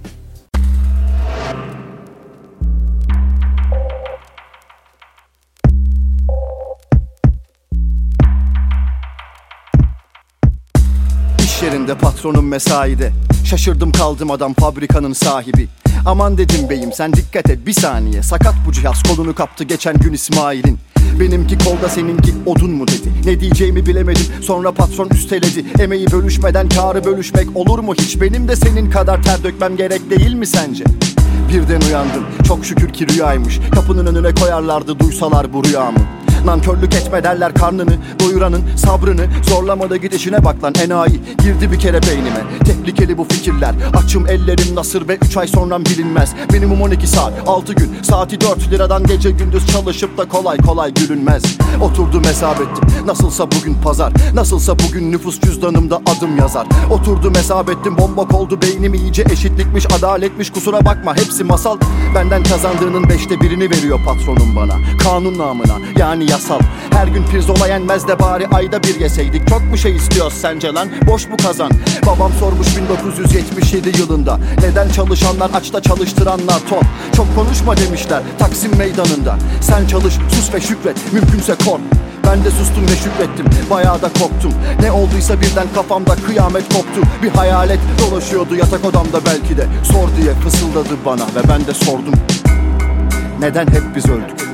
İş yerinde patronum mesaide. Şaşırdım kaldım adam fabrikanın sahibi. Aman dedim beyim sen dikkat et bir saniye. Sakat bu cihaz kolunu kaptı geçen gün İsmail'in. Benimki kolda seninki odun mu dedi. Ne diyeceğimi bilemedim sonra patron üsteledi. Emeği bölüşmeden kârı bölüşmek olur mu hiç? Benim de senin kadar ter dökmem gerek değil mi sence? Birden uyandım çok şükür ki rüyaymış. Kapının önüne koyarlardı duysalar bu rüyamı. Nankörlük etme derler karnını doyuranın sabrını. Zorlamada gidişine bak lan enayi. Girdi bir kere beynime tehlikeli bu fikirler. Açım ellerim nasır ve üç ay sonra bilinmez. Minimum on iki saat altı gün. Saati dört liradan gece gündüz çalışıp da kolay kolay gülünmez. Oturdum hesap ettim nasılsa bugün pazar. Nasılsa bugün nüfus cüzdanımda adım yazar. Oturdum hesap ettim bombok oldu beynim iyice. Eşitlikmiş adaletmiş kusura bakma hepsi masal. Benden kazandığının beşte birini veriyor patronum bana. Kanun namına yani yasal. Her gün pirzola yenmez de bari ayda bir yeseydik. Çok mu şey istiyoruz sence lan? Boş mu kazan? Babam sormuş bin dokuz yüz yetmiş yedi yılında. Neden çalışanlar açta çalıştıranlar tok? Çok konuşma demişler Taksim meydanında. Sen çalış sus ve şükret mümkünse kork. Ben de sustum ve şükrettim bayağı da korktum. Ne olduysa birden kafamda kıyamet koptu. Bir hayalet dolaşıyordu yatak odamda belki de. Sor diye fısıldadı bana ve ben de sordum. Neden hep biz öldük?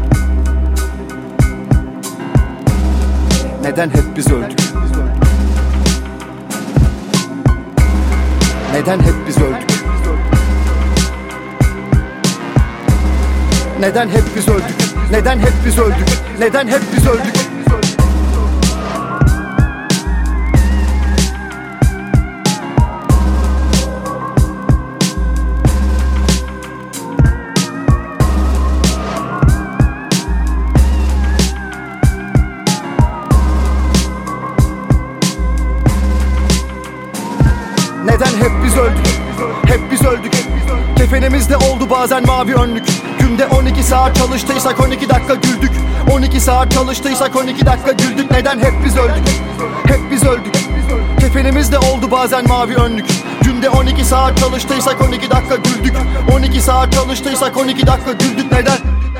Neden hep biz öldük? Neden hep biz öldük? Neden hep biz öldük? Neden hep biz öldük? Neden hep biz öldük? Neden hep biz öldük? Hep biz öldük. Kefenimizde oldu bazen mavi önlük. Günde on iki saat çalıştıysak on iki dakika güldük. on iki saat çalıştıysak on iki dakika güldük. Neden? Hep biz öldük. Hep biz öldük. Kefenimizde oldu bazen mavi önlük. Günde on iki saat çalıştıysak on iki dakika güldük. on iki saat çalıştıysak on iki dakika güldük. Neden?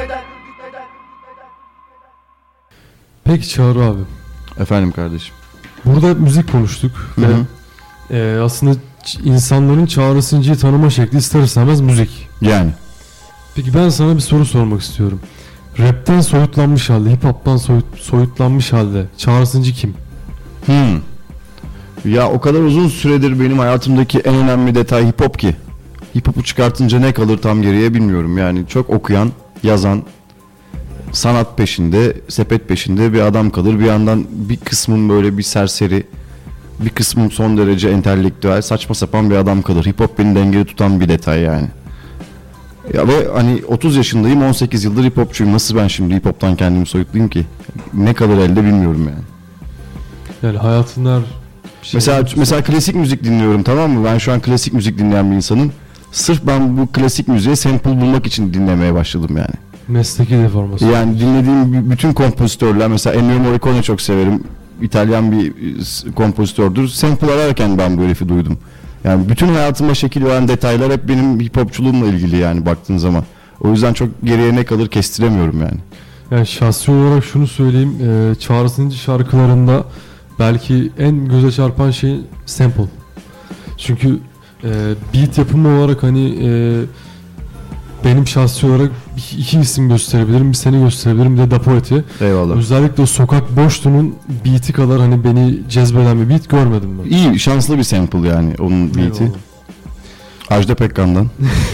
Peki Çağrı abi. Efendim kardeşim. Burada müzik konuştuk. Hı Ve hı. e, aslında ç- insanların Çağrı Sıncı'yı tanıma şekli ister istemez müzik. Yani. Peki ben sana bir soru sormak istiyorum. Rap'ten soyutlanmış halde, hip hop'tan soyut, soyutlanmış halde Çağrı Sıncı kim? Hmm. Ya o kadar uzun süredir benim hayatımdaki en önemli detay hip hop ki. Hip hop'u çıkartınca ne kalır tam geriye bilmiyorum. Yani çok okuyan, yazan, sanat peşinde, sepet peşinde bir adam kalır. Bir yandan bir kısmım böyle bir serseri, bir kısmım son derece entelektüel, saçma sapan bir adam kalır. Hip hop beni dengeli tutan bir detay yani. Ya ve hani otuz yaşındayım, on sekiz yıldır hip hopçuyum. Nasıl ben şimdi hip hop'tan kendimi soyutlayayım ki? Ne kalır elde bilmiyorum yani. Yani hayatın her şey... Mesela mesela klasik müzik dinliyorum, tamam mı? Ben şu an klasik müzik dinleyen bir insanım. Sırf ben bu klasik müziğe sample bulmak için dinlemeye başladım yani. Mesleki deformasyon. Yani dinlediğim b- bütün kompozitörler, mesela Ennio Morricone çok severim. İtalyan bir e, kompozitördür. Sample ararken ben bu herifi duydum. Yani bütün hayatıma şekil veren detaylar hep benim hip hopçuluğumla ilgili yani baktığın zaman. O yüzden çok geriye ne kalır kestiremiyorum yani. Yani şahsi olarak şunu söyleyeyim. E, Çağrı Sıncı şarkılarında belki en göze çarpan şey sample. Çünkü e, beat yapımı olarak hani e, benim şahsi olarak iki isim gösterebilirim. Bir seni gösterebilirim, bir de Dapoet'i. Eyvallah. Özellikle o Sokak Boşluğu'nun beat'i kadar hani beni cezbeden bir beat görmedim ben. İyi, şanslı bir sample yani onun beat'i. Eyvallah. Ajda Pekkan'dan.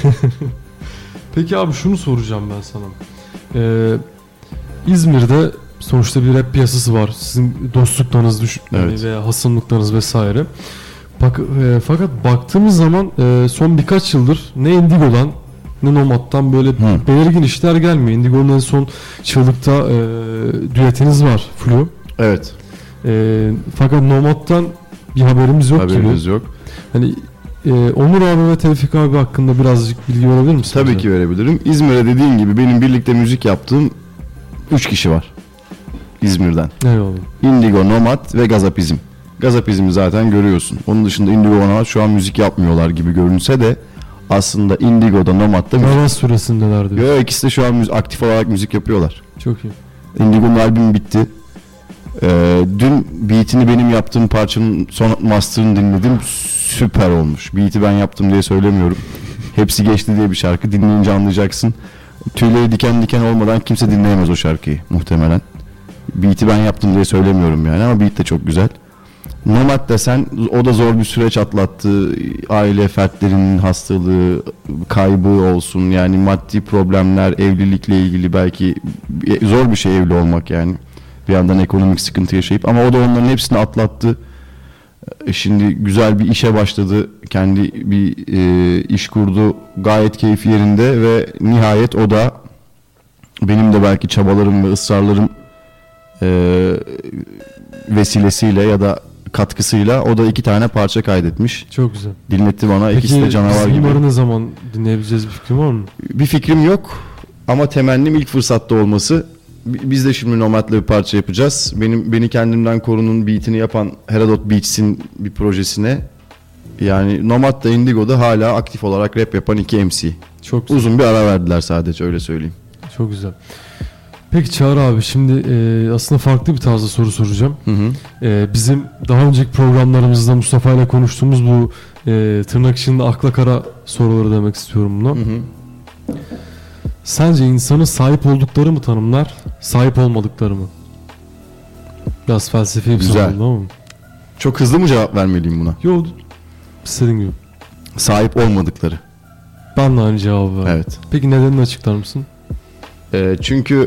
Peki abi şunu soracağım ben sana. Ee, İzmir'de sonuçta bir rap piyasası var. Sizin dostluklarınız düş- Evet. veya hasımlıklarınız vesaire. Bak, e, fakat baktığımız zaman e, son birkaç yıldır ne Indigo'dan ne Nomad'dan böyle Hı. belirgin işler gelmiyor. Indigo'nun en son Çığlık'ta e, düetiniz var, Flu. Evet. E, fakat Nomad'dan bir haberimiz yok Haberiniz gibi. yok. Hani e, Onur abi ve Tevfik abi hakkında birazcık bilgi verebilir misin? Tabii bize? ki verebilirim. İzmir'e dediğin gibi benim birlikte müzik yaptığım üç kişi var. İzmir'den. Eyvallah. Indigo, Nomad ve Gazapizm. Gazapizm'i zaten görüyorsun. Onun dışında Indigo ve Nomad şu an müzik yapmıyorlar gibi görünse de aslında Indigo'da, Nomad'da müzik... Gavaz süresindelerdi. Yo, ikisi de şu an müzik, aktif olarak müzik yapıyorlar. Çok iyi. Indigo'nun albümü bitti. Ee, dün beat'ini benim yaptığım parçanın son master'ını dinledim. Süper olmuş. Beat'i ben yaptım diye söylemiyorum. Hepsi geçti diye bir şarkı. Dinleyince anlayacaksın. Tüyleri diken diken olmadan kimse dinleyemez o şarkıyı muhtemelen. Beat'i ben yaptım diye söylemiyorum yani ama beat de çok güzel. Nomad desen o da zor bir süreç atlattı. Aile fertlerinin hastalığı, kaybı olsun yani maddi problemler, evlilikle ilgili belki zor bir şey evli olmak yani. Bir yandan ekonomik sıkıntı yaşayıp ama o da onların hepsini atlattı. Şimdi güzel bir işe başladı. Kendi bir e, iş kurdu. Gayet keyfi yerinde ve nihayet o da benim de belki çabalarım ve ısrarlarım e, vesilesiyle ya da katkısıyla o da iki tane parça kaydetmiş. Çok güzel. Dinletti bana. Peki İkisi de canavar gibi. bunları ne zaman dinleyebileceğiz, bir fikrin var mı? Bir fikrim yok ama temennim ilk fırsatta olması. Biz de şimdi Nomad'la bir parça yapacağız. Benim Beni Kendimden Korun'un beatini yapan Herodot Beats'in bir projesine, yani Nomad'da Indigo'da hala aktif olarak rap yapan iki M C. Çok güzel. Uzun bir ara verdiler sadece, öyle söyleyeyim. Çok güzel. Peki Çağrı abi, şimdi e, aslında farklı bir tarzda soru soracağım. Hı hı. E, bizim daha önceki programlarımızda Mustafa ile konuştuğumuz bu e, tırnak içinde akla kara soruları demek istiyorum buna. Hı hı. Sence insanın sahip oldukları mı tanımlar, sahip olmadıkları mı? Biraz felsefi bir soru Güzel. oldu ama. Çok hızlı mı cevap vermeliyim buna? Yok, istediğin gibi. Sahip olmadıkları. Ben de aynı cevabı verdim. Evet. Peki nedenini açıklar mısın? Ee, çünkü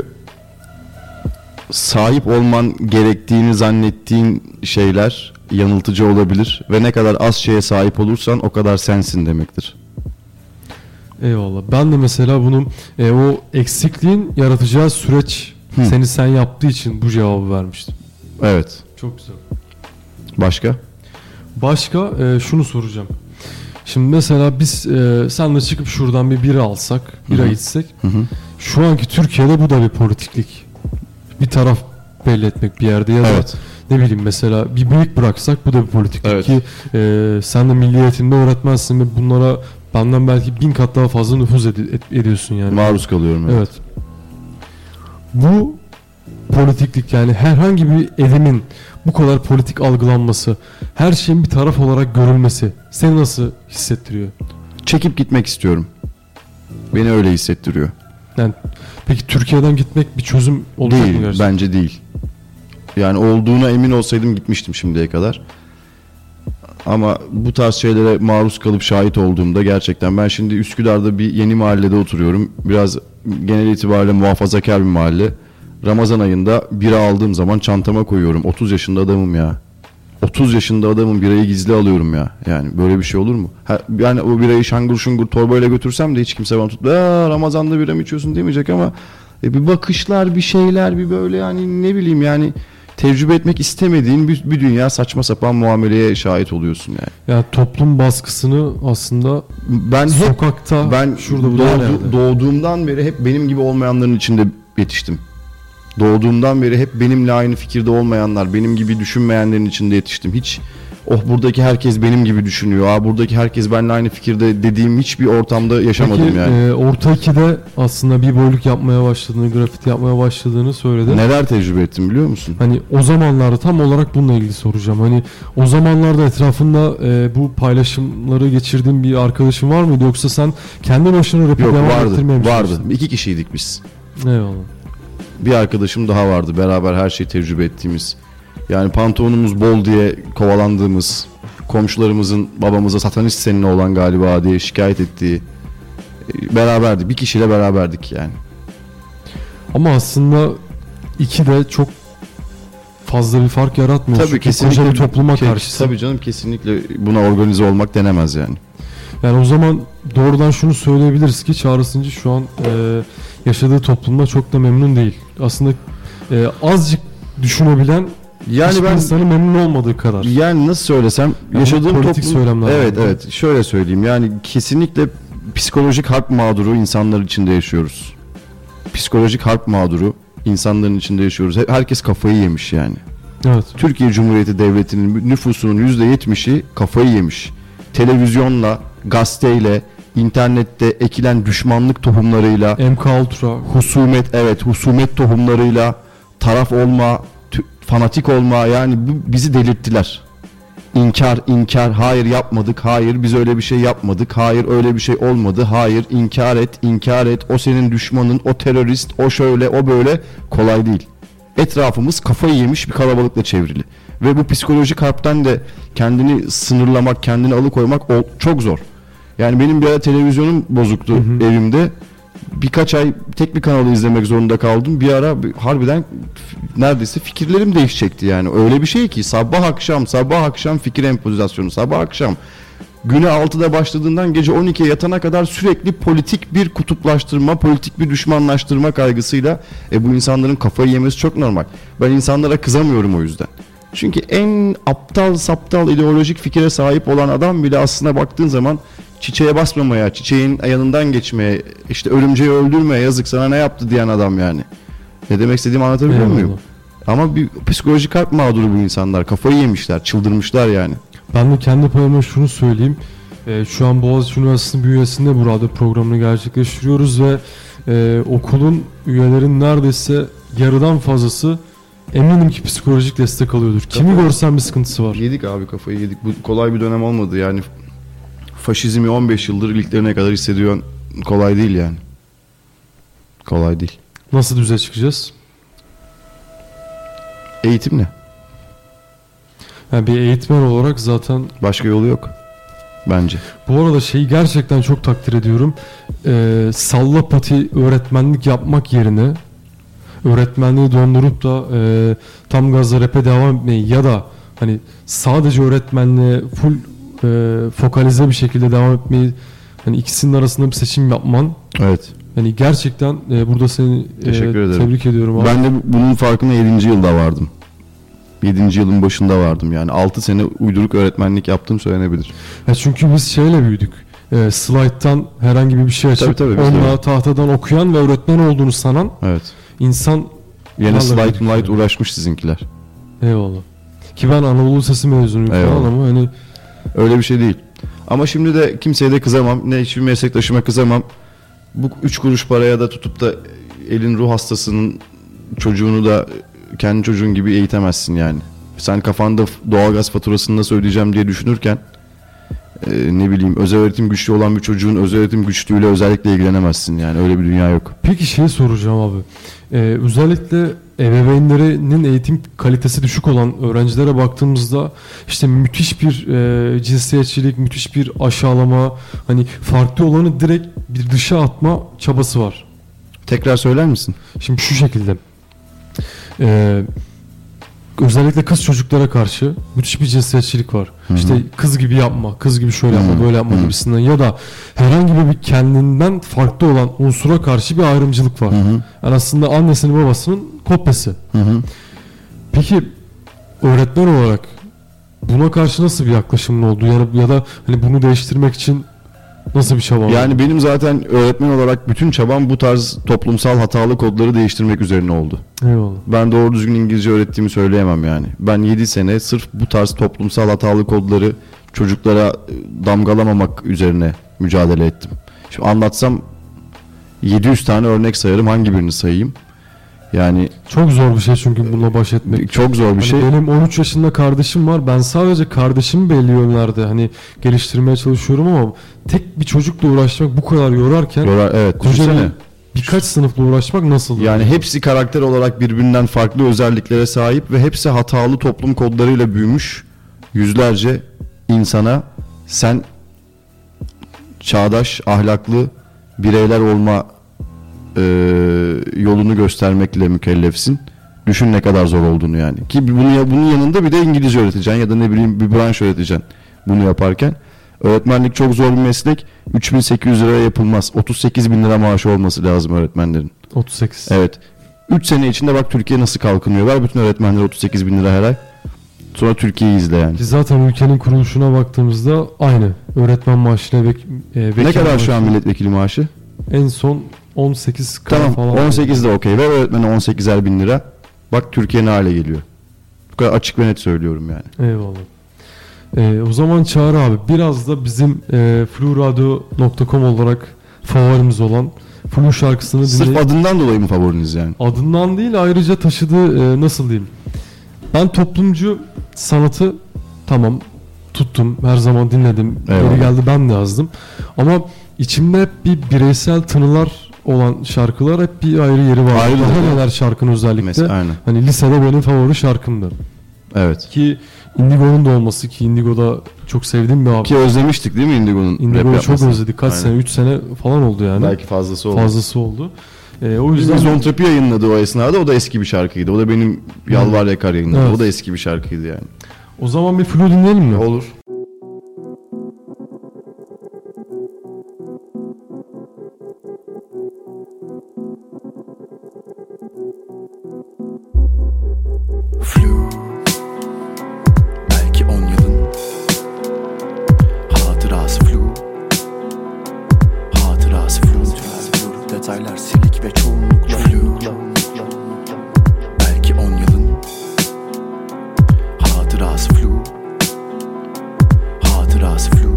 sahip olman gerektiğini zannettiğin şeyler yanıltıcı olabilir ve ne kadar az şeye sahip olursan o kadar sensin demektir. Eyvallah. Ben de mesela bunun e, o eksikliğin yaratacağı süreç Hı. seni sen yaptığı için bu cevabı vermiştim. Evet. Çok güzel. Başka? Başka e, şunu soracağım. Şimdi mesela biz e, senle çıkıp şuradan bir bira alsak, bira Hı hı. içsek. Hı hı. Şu anki Türkiye'de bu da bir politiklik. Bir taraf belli etmek bir yerde ya da Evet. ne bileyim mesela bir bıyık bıraksak bu da bir politiklik Evet. ki e, sen de milli eğitimde öğretmensin ve bunlara benden belki bin kat daha fazla nüfuz ed- ed- ediyorsun yani. Maruz kalıyorum. Evet. Bu politiklik yani herhangi bir elimin bu kadar politik algılanması, her şeyin bir taraf olarak görülmesi seni nasıl hissettiriyor? Çekip gitmek istiyorum. Beni öyle hissettiriyor. Yani peki Türkiye'den gitmek bir çözüm olacak mı Değil, gerçekten? bence değil. Yani olduğuna emin olsaydım gitmiştim şimdiye kadar. Ama bu tarz şeylere maruz kalıp şahit olduğumda gerçekten ben şimdi Üsküdar'da bir yeni mahallede oturuyorum. Biraz genel itibariyle muhafazakar bir mahalle. Ramazan ayında bira aldığım zaman çantama koyuyorum. otuz yaşında adamım ya. otuz yaşında adamım, birayı gizli alıyorum ya. Yani böyle bir şey olur mu? Ha, yani o birayı şangur şungur torbayla götürsem de hiç kimse bana tutup "Aa, Ramazan'da bira mı içiyorsun" demeyecek ama e, bir bakışlar, bir şeyler, bir böyle yani ne bileyim yani tecrübe etmek istemediğin bir, bir dünya saçma sapan muameleye şahit oluyorsun yani. Yani toplum baskısını aslında Ben hep sokakta ben şurada burada doğdu- her yerde. doğduğumdan beri hep benim gibi olmayanların içinde yetiştim. Doğduğumdan beri hep benimle aynı fikirde olmayanlar, benim gibi düşünmeyenlerin içinde yetiştim. Hiç oh buradaki herkes benim gibi düşünüyor, aa buradaki herkes benimle aynı fikirde dediğim hiçbir ortamda yaşamadım Peki, yani. e, orta ikide aslında bir boyluk yapmaya başladığını, grafiti yapmaya başladığını söyledin. Neler tecrübe ettim biliyor musun? Hani o zamanlarda tam olarak bununla ilgili soracağım. Hani o zamanlarda etrafında e, bu paylaşımları geçirdiğin bir arkadaşın var mıydı? Yoksa sen kendi başına rap'i Yok devam vardı, ettirmeye mi vardı. çalıştın? İki kişiydik biz. Eyvallah. Bir arkadaşım daha vardı. Beraber her şeyi tecrübe ettiğimiz. Yani pantolonumuz bol diye kovalandığımız, komşularımızın babamıza satanist seninle olan galiba diye şikayet ettiği, e, beraberdik. Bir kişiyle beraberdik yani. Ama aslında iki de çok fazla bir fark yaratmıyor. Tabii Çünkü kesinlikle koca bir topluma ke- karşısın. Tabii canım, kesinlikle buna organize olmak denemez yani. Yani o zaman doğrudan şunu söyleyebiliriz ki Çağrı Sıncı şu an e, yaşadığı toplumda çok da memnun değil. Aslında e, azıcık düşünebilen Yani hiçbir ben insanın memnun olmadığı kadar. yani nasıl söylesem Yani yaşadığım politik toplum söylemler evet var. evet şöyle söyleyeyim yani kesinlikle psikolojik harp mağduru insanlar içinde yaşıyoruz. Psikolojik harp mağduru insanların içinde yaşıyoruz. He- Herkes kafayı yemiş yani. Evet. Türkiye Cumhuriyeti Devleti'nin nüfusunun yüzde yetmişi kafayı yemiş. Televizyonla, gazeteyle, internette ekilen düşmanlık tohumlarıyla, M K Ultra. husumet evet husumet tohumlarıyla taraf olma, tü- fanatik olma yani bu, bizi delirttiler. İnkar, inkar, hayır yapmadık, hayır biz öyle bir şey yapmadık, hayır öyle bir şey olmadı, hayır inkar et, inkar et, o senin düşmanın, o terörist, o şöyle, o böyle kolay değil. Etrafımız kafayı yemiş bir kalabalıkla çevrili. Ve bu psikolojik harpten de kendini sınırlamak, kendini alıkoymak ol- çok zor. Yani benim bir ara televizyonum bozuktu Hı hı. evimde. Birkaç ay tek bir kanalı izlemek zorunda kaldım. Bir ara bir- harbiden f- neredeyse fikirlerim değişecekti yani. Öyle bir şey ki sabah akşam, sabah akşam fikir empozisyonu, sabah akşam. Güne altıda başladığından gece on ikiye yatana kadar sürekli politik bir kutuplaştırma, politik bir düşmanlaştırma kaygısıyla e, bu insanların kafayı yemesi çok normal. Ben insanlara kızamıyorum o yüzden. Çünkü en aptal saptal ideolojik fikire sahip olan adam bile aslına baktığın zaman çiçeğe basmamaya, çiçeğin yanından geçmeye, işte örümceği öldürme, yazık sana ne yaptı diyen adam yani. Ne demek istediğimi anlatabiliyor Eyvallah. muyum? Ama bir psikolojik harp mağduru bu insanlar. Kafayı yemişler, çıldırmışlar yani. Ben de kendi payıma şunu söyleyeyim. Ee, şu an Boğaziçi Üniversitesi'nin bünyesinde bu radyo programını gerçekleştiriyoruz ve e, okulun üyelerin neredeyse yarıdan fazlası eminim ki psikolojik destek alıyordur. Kimi Tabii. görsem bir sıkıntısı var. Yedik abi, kafayı yedik. Bu kolay bir dönem olmadı yani. Faşizmi on beş yıldır iliklerine kadar hissediyorsun. Kolay değil yani. Kolay değil. Nasıl düze çıkacağız? Eğitimle. Yani bir eğitmen olarak zaten Başka yolu yok. Bence. bu arada şeyi gerçekten çok takdir ediyorum. Ee, salla pati öğretmenlik yapmak yerine öğretmenliği dondurup da e, tam gazla rap'e devam etmeyi ya da hani sadece öğretmenliğe full e, fokalize bir şekilde devam etmeyi, hani ikisinin arasında bir seçim yapman, Evet. hani gerçekten e, burada seni e, Teşekkür ederim. tebrik ediyorum abi. Ben de bunun farkına yedinci yılda vardım. yedinci yılın başında vardım yani. altı sene uyduruk öğretmenlik yaptığım söylenebilir. Ya çünkü biz şeyle büyüdük. E, slayttan herhangi bir şey açıp Tabii, tabii, biz de onunla öyle. tahtadan okuyan ve öğretmen olduğunu sanan Evet. insan. Yine Vallahi slide büyüdük light yani. uğraşmış sizinkiler. Eyvallah. Ki ben Anadolu Lisesi mezunuyum falan Eyvallah. ama hani Öyle bir şey değil. Ama şimdi de kimseye de kızamam. Ne hiçbir meslektaşıma kızamam. Bu üç kuruş paraya da tutup da elin ruh hastasının çocuğunu da kendi çocuğun gibi eğitemezsin yani. Sen kafanda doğalgaz faturasını nasıl ödeyeceğim diye düşünürken e, ne bileyim özel öğretim güçlü olan bir çocuğun özel öğretim güçlüğüyle özellikle ilgilenemezsin yani. Öyle bir dünya yok. peki şey soracağım abi. Ee, özellikle ebeveynlerinin eğitim kalitesi düşük olan öğrencilere baktığımızda işte müthiş bir e, cinsiyetçilik, müthiş bir aşağılama, hani farklı olanı direkt bir dışa atma çabası var. Tekrar söyler misin? Şimdi şu şekilde. Ee, özellikle kız çocuklara karşı müthiş bir cinsiyetçilik var. Hı-hı. İşte kız gibi yapma, kız gibi şöyle yapma, Hı-hı. böyle yapma Hı-hı. gibisinden ya da herhangi bir kendinden farklı olan unsura karşı bir ayrımcılık var. Hı hı. Yani aslında annesinin babasının kopyası. Hı hı. Peki öğretmen olarak buna karşı nasıl bir yaklaşımın oldu? Yani ya da hani bunu değiştirmek için nasıl bir çaba var? Yani benim zaten öğretmen olarak bütün çabam bu tarz toplumsal hatalı kodları değiştirmek üzerine oldu. Eyvallah. Ben doğru düzgün İngilizce öğrettiğimi söyleyemem yani. Ben yedi sene sırf bu tarz toplumsal hatalı kodları çocuklara damgalamamak üzerine mücadele ettim. Şimdi anlatsam yedi yüz tane örnek sayarım, hangi birini sayayım? Yani Çok zor bir şey çünkü bununla baş etmek. çok zor bir Hani şey. benim on üç yaşında kardeşim var. Ben sadece kardeşimi belli yönlerde hani geliştirmeye çalışıyorum ama tek bir çocukla uğraşmak bu kadar yorarken Yorar, evet, koca düşünsene. bir- birkaç sınıfla uğraşmak nasıl? Yani hepsi karakter olarak birbirinden farklı özelliklere sahip ve hepsi hatalı toplum kodlarıyla büyümüş yüzlerce insana sen çağdaş, ahlaklı bireyler olma e, yolunu göstermekle mükellefsin. Düşün ne kadar zor olduğunu yani. Ki bunu, bunun yanında bir de İngilizce öğreteceksin ya da ne bileyim bir branş öğreteceksin bunu yaparken. Öğretmenlik çok zor bir meslek. üç bin sekiz yüz liraya yapılmaz. otuz sekiz bin lira maaşı olması lazım öğretmenlerin. otuz sekiz. Evet. üç sene içinde bak Türkiye nasıl kalkınıyor. Ver bütün öğretmenlere otuz sekiz bin lira her ay. Sonra Türkiye'yi izle yani. Ki zaten ülkenin kuruluşuna baktığımızda aynı. Öğretmen maaşına ve e, vekil Ne kadar maaşı- şu an milletvekili maaşı? En son on sekiz Tamam, falan. on sekiz de okey. Ver öğretmene on sekizer bin lira. Bak Türkiye ne hale geliyor. Bu kadar açık ve net söylüyorum yani. Eyvallah. Ee, o zaman Çağrı abi biraz da bizim e, fluradyo nokta com olarak favorimiz olan Flu şarkısını Sırf dinleyip adından dolayı mı favoriniz yani? adından değil ayrıca taşıdığı e, nasıl diyeyim? Ben toplumcu sanatı tamam tuttum, her zaman dinledim. Eyvallah. Geri geldi ben de yazdım. Ama içimde hep bir bireysel tınılar olan şarkılar hep bir ayrı yeri var. Ayrı Daha tabii. neler şarkının özellikle. Mesela, aynen. Hani lisede benim favori şarkımdı. Evet. Ki Indigo'nun da olması ki Indigo'da çok sevdiğim bir abi. Ki özlemiştik değil mi Indigo'nun rap Indigo'yu çok yapmasını? özledik. Kaç Aynen. sene? üç sene falan oldu yani. Belki fazlası oldu. Fazlası oldu. Ee, o Yüzden yüzden Zontropy yayınladı o esnada. O da eski bir şarkıydı. O da benim Yalvar Yakar yayınladı. Evet. O da eski bir şarkıydı yani. o zaman bir Flu dinleyelim mi? Olur. Flu, belki on yılın hatırası flu, hatırası flu, detaylar silik ve çoğunlukla flu. Belki on yılın hatırası flu, hatırası flu.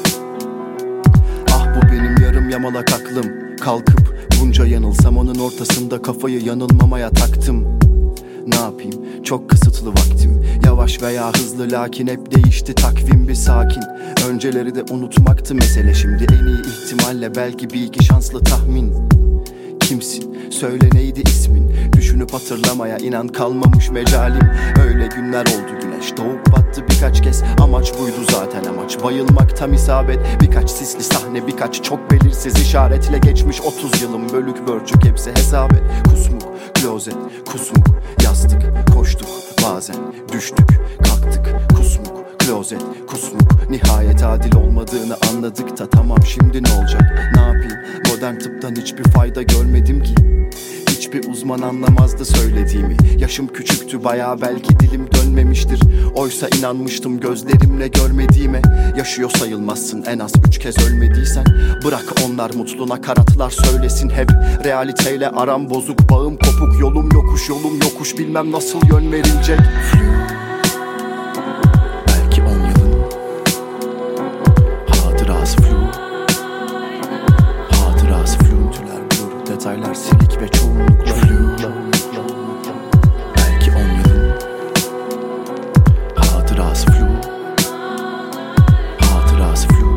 Ah bu benim yarım yamalak aklım, kalkıp bunca yanılsam onun ortasında kafayı yanılmamaya taktım. Ne yapayım? Çok kısıtlı vaktim. Yavaş veya hızlı lakin hep değişti takvim, bir sakin. Önceleri de unutmaktı mesele, şimdi en iyi ihtimalle belki bir iki şanslı tahmin. Kimsin? Söyle neydi ismin? Düşünüp hatırlamaya inan kalmamış mecalim. Öyle günler oldu, güneş doğup battı birkaç kez. Amaç buydu zaten, amaç bayılmak tam isabet. Birkaç sisli sahne, birkaç çok belirsiz işaretle geçmiş otuz yılım, bölük bölçük hepsi hesap et. Kusmuk, klozet, kusmuk, yastık, koştuk bazen, düştük, kalktık. Kusmuk, klozet, kusmuk. Nihayet adil olmadığını anladık da tamam şimdi ne olacak? Ne yapayım? Modern tıptan hiçbir fayda görmedim ki. Hiçbir uzman anlamazdı söylediğimi. Yaşım küçüktü bayağı, belki dilim dönmemiştir. Oysa inanmıştım gözlerimle görmediğime. Yaşıyor sayılmazsın en az üç kez ölmediysen. Bırak onlar mutlu nakaratlar söylesin hep. Realiteyle aram bozuk, bağım kopuk. Yolum yokuş, yolum yokuş, bilmem nasıl yön verilecek. Belki on yılın hatırası flu. Hatırası flu. Tüler blur, detaylar silik ve çoğunlukla flu. Belki on yılın hatırası flu. Hatırası flu.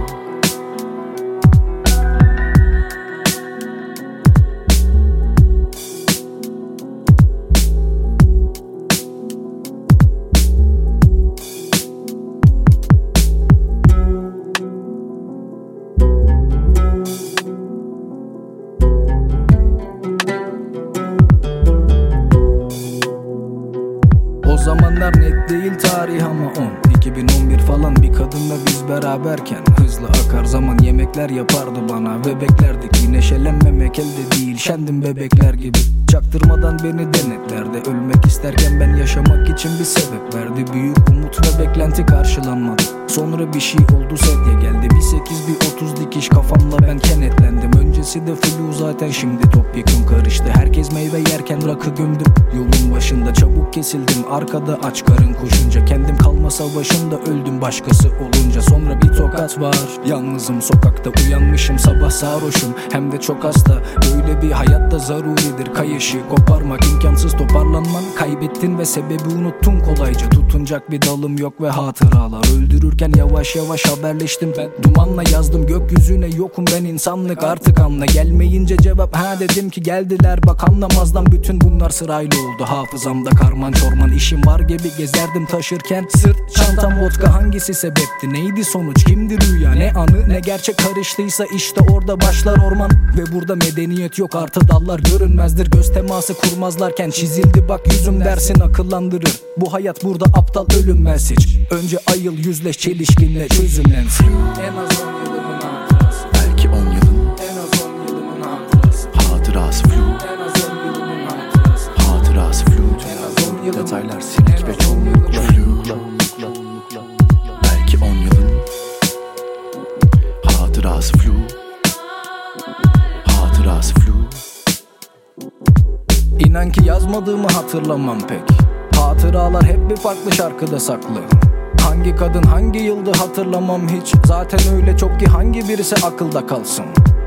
O zamanlar net değil tarih ama on iki bin on bir falan, bir kadınla biz beraberken hızlı akar zaman, yemekler yapardı bana ve beklerdik. Neşelenmemek elde değil, şendim bebekler gibi. Çaktırmadan beni denetlerdi. Ölmek isterken ben yaşamak için bir sebep verdi. Büyük umut ve beklenti karşılanmadı. Sonra bir şey oldu, sedye geldi. Bir sekiz bir otuz dikiş kafamla ben kenetlendim. Öncesi de flu zaten, şimdi topyekun karıştı. Herkes meyve yerken rakı gömdüm. Yolun başında çabuk kesildim, arkada aç karın koşunca. Kendim kalma savaşında öldüm başkası olunca. Sonra bir tokat var, yalnızım sokakta. Uyanmışım sabah sarhoşum, hem de çok hasta. Böyle bir hayatta zaruridir kayışı koparmak, imkansız toparlanman. Kaybettin ve sebebi unuttun kolayca. Tutunacak bir dalım yok ve hatıralar öldürürken yavaş yavaş haberleştim ben. Dumanla yazdım gökyüzüne, yokum ben insanlık artık anla. Gelmeyince cevap ha dedim ki geldiler bak, anlamazdan bütün bunlar sırayla oldu. Hafızamda karman çorman, işim var gibi gezerdim taşırken. Sırt çantam vodka, hangisi sebepti, neydi sonuç, kimdi rüya, ne anı ne gerçek karıştıysa işte orada başlar orman. Ve burada medeniyet yok, artı dallar görünmezdir. Göz teması kurmazlarken çizildi bak yüzüm dersin, akıllandırır. Bu hayat burada aptal ölünmez hiç. Önce ayıl, yüzleş çelişkinle, çözümlensin. En az on yılımın hatırası. Belki on yılın En az on yılımın hatırası. hatırası flu. En az on yılımın hatırası. Hatırası flu. En az on yılımın Detaylar silik ve çoğunlukla flu. Belki on yılın hatırası flu. Hatırası flu. İnan ki yazmadığımı hatırlamam pek. Hatıralar hep bir farklı şarkıda saklı. Hangi kadın hangi yıldı hatırlamam hiç. Zaten öyle çok ki hangi birisi akılda kalsın.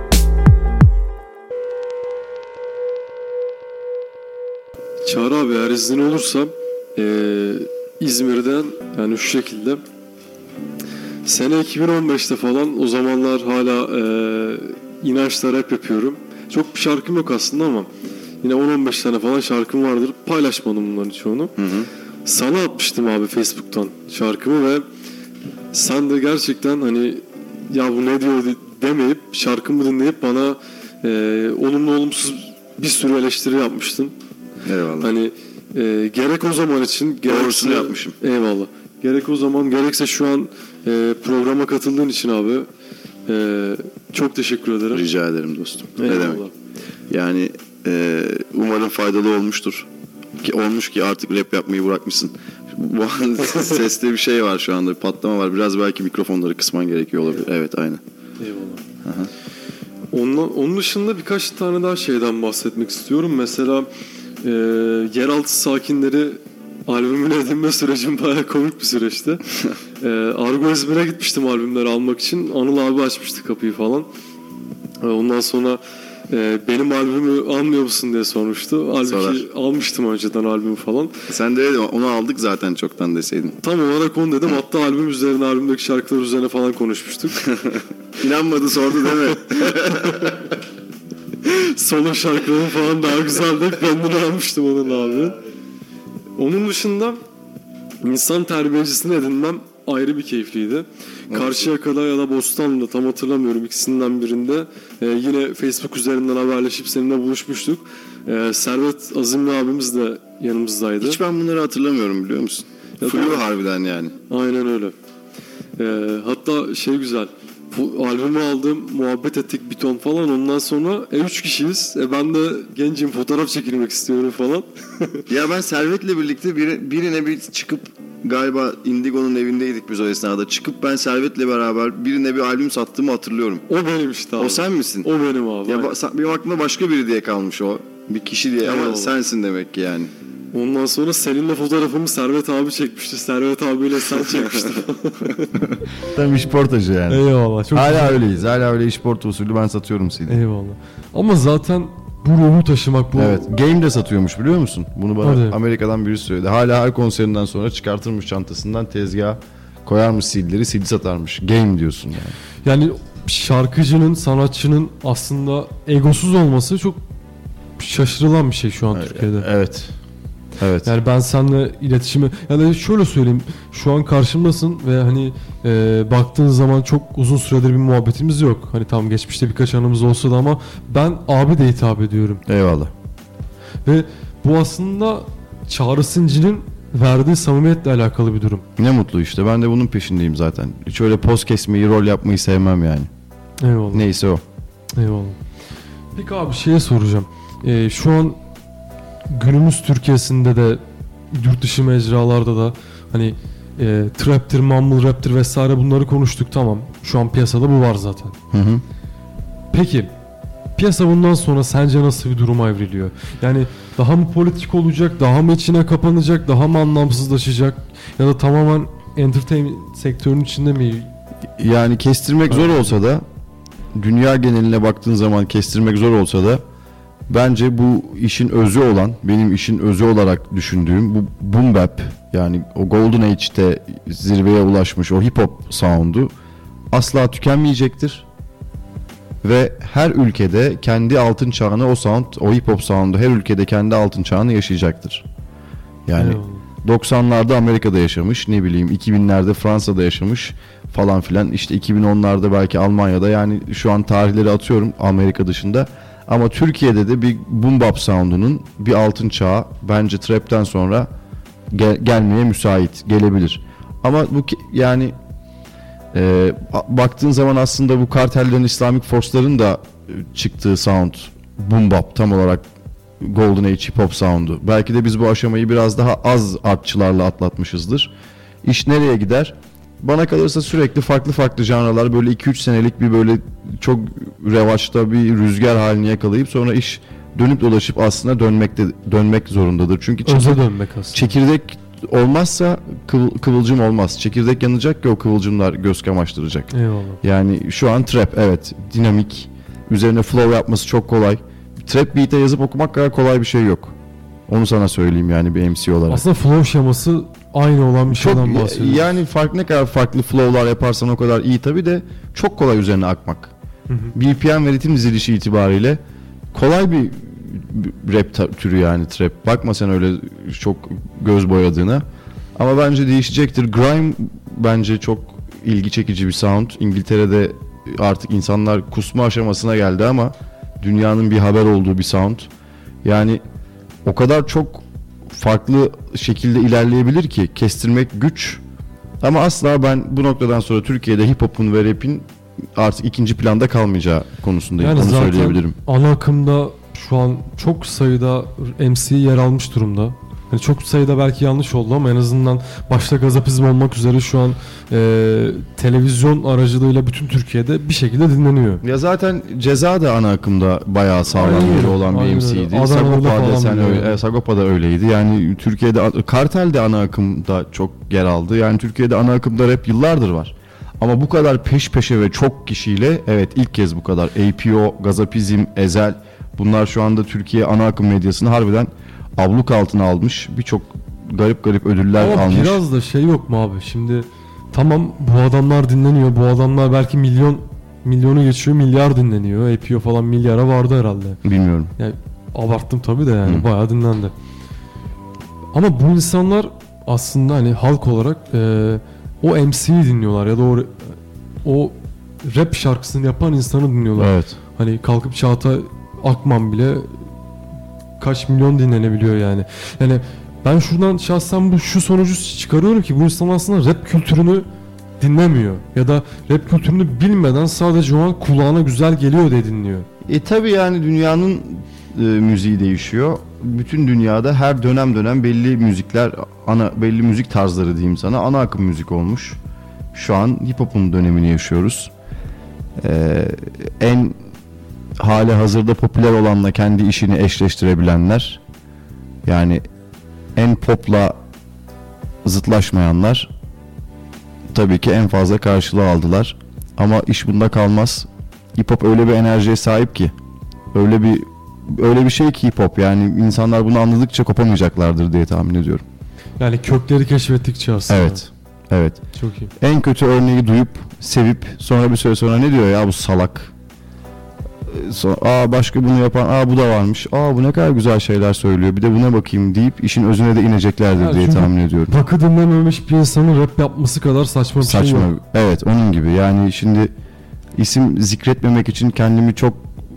Çağrı abi, eğer iznin olursa e, İzmir'den, yani şu şekilde sene iki bin on beşte falan, o zamanlar hala e, inançla rap yapıyorum. Çok bir şarkım yok aslında ama yine on on beş tane falan şarkım vardır. Paylaşmadım bunların çoğunu. Hı hı. Sana atmıştım abi Facebook'tan şarkımı ve sen de gerçekten hani ya bu ne diyor demeyip şarkımı dinleyip bana e, olumlu olumsuz bir sürü eleştiri yapmıştın. Eyvallah. Hani e, gerek o zaman için Doğrusunu gerekse, yapmışım. Eyvallah. Gerek o zaman gerekse şu an e, programa katıldığın için abi e, çok teşekkür ederim. Rica ederim dostum. Eyvallah. Ne demek? Yani e, umarım faydalı olmuştur. Ki olmuş ki artık rap yapmayı bırakmışsın. Bu an seste bir şey var şu anda. Bir patlama var. Biraz belki mikrofonları kısman gerekiyor olabilir. Evet, aynen. Eyvallah. Aha. Ondan, onun dışında birkaç tane daha şeyden bahsetmek istiyorum. Mesela e, Yeraltı Sakinleri albümünü edinme sürecim bayağı komik bir süreçti. e, Argo İzmir'e gitmiştim albümleri almak için. Anıl abi açmıştı kapıyı falan. E, ondan sonra e, benim albümü almıyor musun diye sormuştu. Halbuki almıştım önceden albümü falan. Sen de onu aldık zaten çoktan deseydin. Tam olarak onu dedim. Hatta albüm üzerine, albümdeki şarkılar üzerine falan konuşmuştuk. İnanmadı, sordu değil mi? Solo şarkıları falan daha güzeldi. Kendini almıştım onun abi. Onun dışında insan terbiyecisini edinmem ayrı bir keyifliydi. Karşıyaka'da ya da Bostanlı'da, tam hatırlamıyorum, ikisinden birinde e, yine Facebook üzerinden haberleşip seninle buluşmuştuk. E, Servet Azimli abimiz de yanımızdaydı. Hiç ben bunları hatırlamıyorum, biliyor musun? Ya Flu da... harbiden yani. Aynen öyle. Ee, hatta şey güzel. Bu albümü aldım, muhabbet ettik bir ton falan. Ondan sonra e, üç kişiyiz. E, ben de gencim, fotoğraf çekilmek istiyorum falan. Ya ben Servet'le birlikte bir, birine bir çıkıp, galiba Indigo'nun evindeydik biz o esnada. Çıkıp ben Servet'le beraber birine bir albüm sattığımı hatırlıyorum. O benim işte abi. O sen misin? O benim abi. Ya ba- benim aklımda başka biri diye kalmış o. Bir kişi diye ama Eyvallah. sensin demek ki yani. Ondan sonra seninle fotoğrafımı Servet abi çekmişti. Servet abiyle sen çekmiştin. Tam işportacı yani. Eyvallah. Çok Hala güzel. öyleyiz. Hala öyle işporta usulü ben satıyorum C D. Eyvallah. Ama zaten bu ruhu taşımak bu. Evet. Game de satıyormuş biliyor musun? Bunu bana Hadi. Amerika'dan biri söyledi. Hala her konserinden sonra çıkartırmış çantasından, tezgaha koyarmış C D'leri, C D satarmış. Game diyorsun yani. Yani şarkıcının, sanatçının aslında egosuz olması çok şaşırılan bir şey şu an Türkiye'de. Evet. Evet. Yani ben seninle iletişimi, yani şöyle söyleyeyim, şu an karşımdasın ve hani e, baktığın zaman çok uzun süredir bir muhabbetimiz yok. Hani tam geçmişte birkaç anımız olsa da ama ben abi de hitap ediyorum. Eyvallah. Ve bu aslında Çağrı Sıncı'nın verdiği samimiyetle alakalı bir durum. Ne mutlu işte. Ben de bunun peşindeyim zaten. Hiç öyle poz kesmeyi, rol yapmayı sevmem yani. Eyvallah. Neyse o. Eyvallah. Peki abi şeye soracağım. Ee, şu an günümüz Türkiye'sinde de yurt dışı mecralarda da hani e, trap'tir, mumble rap'tir vesaire bunları konuştuk, tamam. Şu an piyasada bu var zaten. Hı hı. Peki piyasa bundan sonra sence nasıl bir duruma evriliyor? Yani daha mı politik olacak, daha mı içine kapanacak, daha mı anlamsızlaşacak ya da tamamen entertainment sektörünün içinde mi? Yani kestirmek zor olsa da, dünya geneline baktığın zaman kestirmek zor olsa da, bence bu işin özü olan, benim işin özü olarak düşündüğüm bu boom bap, yani o Golden Age'de zirveye ulaşmış o hip hop sound'u asla tükenmeyecektir. Ve her ülkede kendi altın çağını, o sound, o hip hop sound'u her ülkede kendi altın çağını yaşayacaktır. Yani Eyvallah. doksanlarda Amerika'da yaşamış, ne bileyim iki binlerde Fransa'da yaşamış falan filan, işte iki bin onlarda belki Almanya'da, yani şu an tarihleri atıyorum Amerika dışında. Ama Türkiye'de de bir boom bap sound'unun bir altın çağı bence trap'ten sonra gel- gelmeye müsait, gelebilir. Ama bu ki- yani e, baktığın zaman aslında bu kartellerin, Islamic Force'ların da çıktığı sound boom bap, tam olarak Golden Age hip hop sound'u. Belki de biz bu aşamayı biraz daha az artçılarla atlatmışızdır. İş nereye gider? Bana kalırsa sürekli farklı farklı janralar böyle iki üç senelik bir böyle çok revaçta bir rüzgar halini yakalayıp sonra iş dönüp dolaşıp aslında dönmekte dönmek zorundadır. Çünkü çekir, Öze dönmek aslında. çekirdek olmazsa kıv, kıvılcım olmaz. Çekirdek yanacak ki o kıvılcımlar göz kamaştıracak. Eyvallah. Yani şu an trap, evet, dinamik, üzerine flow yapması çok kolay. Trap beat'e yazıp okumak kadar kolay bir şey yok. Onu sana söyleyeyim yani bir M C olarak. Aslında flow şeması aynı olan bir Çok şeyden bahsediyoruz. yani farklı, ne kadar farklı flow'lar yaparsan o kadar iyi tabii de çok kolay üzerine akmak. Hı hı. B P M ve ritim dizilişi itibariyle kolay bir bir rap ta- türü yani trap. Bakma sen öyle çok göz boyadığına. Ama bence değişecektir. Grime bence çok ilgi çekici bir sound. İngiltere'de artık insanlar kusma aşamasına geldi ama dünyanın bir haber olduğu bir sound. Yani o kadar çok farklı şekilde ilerleyebilir ki kestirmek güç. Ama asla ben bu noktadan sonra Türkiye'de hip hop'un ve rap'in artık ikinci planda kalmayacağı konusundayım. Yani Onu zaten söyleyebilirim. ana akımda şu an çok sayıda M C yer almış durumda. Yani çok sayıda belki yanlış oldu ama en azından başta Gazapizm olmak üzere şu an e, televizyon aracılığıyla bütün Türkiye'de bir şekilde dinleniyor. Ya zaten Ceza da ana akımda bayağı sağlam Aynen yeri öyle, olan bir aynen M C'ydi. öyle. Adana'da Sagopa falan da sen biliyorum. öyle, e, Sagopa da öyleydi. Yani Türkiye'de Kartel de ana akımda çok yer aldı. Yani Türkiye'de ana akımda rap yıllardır var. Ama bu kadar peş peşe ve çok kişiyle, evet, ilk kez bu kadar. A P O, Gazapizm, Ezel, bunlar şu anda Türkiye ana akım medyasını harbiden abluk altına almış. Birçok garip garip ödüller Ama almış. biraz da şey yok mu abi? Şimdi tamam, bu adamlar dinleniyor. Bu adamlar belki milyon milyonu geçiyor, milyar dinleniyor. A P O falan milyara vardı herhalde. Bilmiyorum. Yani abarttım tabii de yani Hı. bayağı dinlendi. Ama bu insanlar aslında hani halk olarak e, o M C'yi dinliyorlar ya da o, o rap şarkısını yapan insanı dinliyorlar. Evet. Hani kalkıp Çağatay Akman bile kaç milyon dinlenebiliyor yani. Yani ben şuradan şahsen bu şu sonucu çıkarıyorum ki bu insanlar aslında rap kültürünü dinlemiyor. Ya da rap kültürünü bilmeden sadece o an kulağına güzel geliyor diye dinliyor. E tabi yani dünyanın e, müziği değişiyor. Bütün dünyada her dönem dönem belli müzikler, ana belli müzik tarzları diyeyim sana, ana akım müzik olmuş. Şu an hip hop'un dönemini yaşıyoruz. Ee, en hali hazırda popüler olanla kendi işini eşleştirebilenler, yani en popla zıtlaşmayanlar tabii ki en fazla karşılığı aldılar. Ama iş bunda kalmaz. Hip hop öyle bir enerjiye sahip ki, öyle bir öyle bir şey ki hip hop, yani insanlar bunu anladıkça kopamayacaklardır diye tahmin ediyorum. Yani kökleri keşfettikçe aslında. Evet. Evet. Çok iyi. En kötü örneği duyup sevip sonra bir süre sonra ne diyor ya bu salak. Sonra, aa başka bunu yapan, aa bu da varmış. Aa bu ne kadar güzel şeyler söylüyor. Bir de buna bakayım deyip işin özüne de ineceklerdir Yani diye tahmin ediyorum. Rock'ı dinlememiş bir insanın rap yapması kadar saçma bir Saçma. şey yok. Evet, onun gibi. Yani şimdi isim zikretmemek için kendimi çok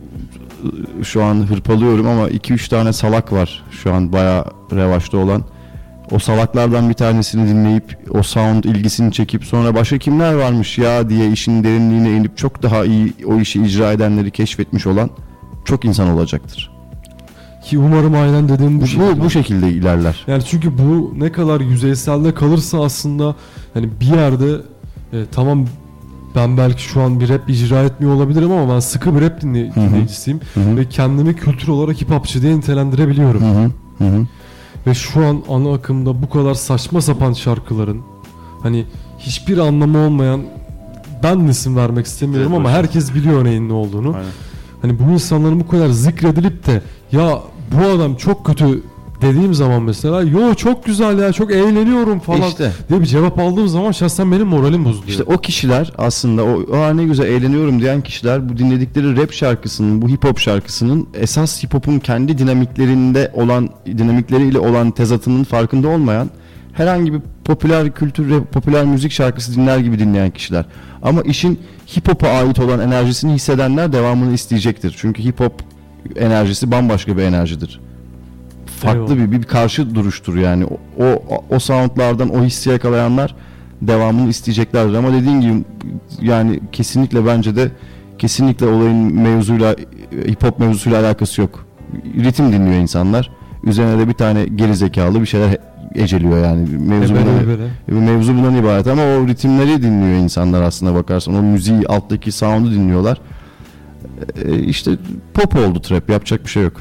şu an hırpalıyorum ama iki üç tane salak var şu an bayağı revaçta olan. O salaklardan bir tanesini dinleyip o sound ilgisini çekip sonra başka kimler varmış ya diye işin derinliğine inip çok daha iyi o işi icra edenleri keşfetmiş olan çok insan olacaktır. Ki umarım aynen dediğim bu, Bu, şekilde. bu, bu şekilde ilerler. Yani çünkü bu ne kadar yüzeyselde kalırsa aslında yani bir yerde e, tamam ben belki şu an bir rap icra etmiyor olabilirim ama ben sıkı bir rap dinley- Hı hı. dinleyicisiyim Hı hı. ve kendimi kültür olarak hip hopçı diye nitelendirebiliyorum. Hı hı. Hı hı. Ve şu an ana akımda bu kadar saçma sapan şarkıların hani hiçbir anlamı olmayan, ben isim vermek istemiyorum Evet, ama boşver. herkes biliyor neyin ne olduğunu. Aynen. Hani bu insanların bu kadar zikredilip de ya bu adam çok kötü dediğim zaman mesela yo çok güzel ya çok eğleniyorum falan İşte. diye bir cevap aldığım zaman şahsen benim moralim bozuluyor. İşte o kişiler aslında o aa ne güzel eğleniyorum diyen kişiler bu dinledikleri rap şarkısının, bu hip hop şarkısının esas hip hop'un kendi dinamiklerinde olan, dinamikleriyle olan tezatının farkında olmayan, herhangi bir popüler kültür, rap, popüler müzik şarkısı dinler gibi dinleyen kişiler. Ama işin hip hop'a ait olan enerjisini hissedenler devamını isteyecektir. Çünkü hip hop enerjisi bambaşka bir enerjidir. Farklı bir, bir karşı duruştur yani. O, o o soundlardan o hissi yakalayanlar devamını isteyeceklerdir ama dediğin gibi yani kesinlikle bence de kesinlikle olayın mevzuyla, hip hop mevzusuyla alakası yok. Ritim dinliyor insanlar. Üzerine de bir tane geri zekalı bir şeyler eceliyor yani. Mevzu Ebele bundan, ebele. mevzu bundan ibaret ama o ritimleri dinliyor insanlar aslına bakarsan. O müziği, alttaki sound'u dinliyorlar. Ee, işte pop oldu trap, yapacak bir şey yok.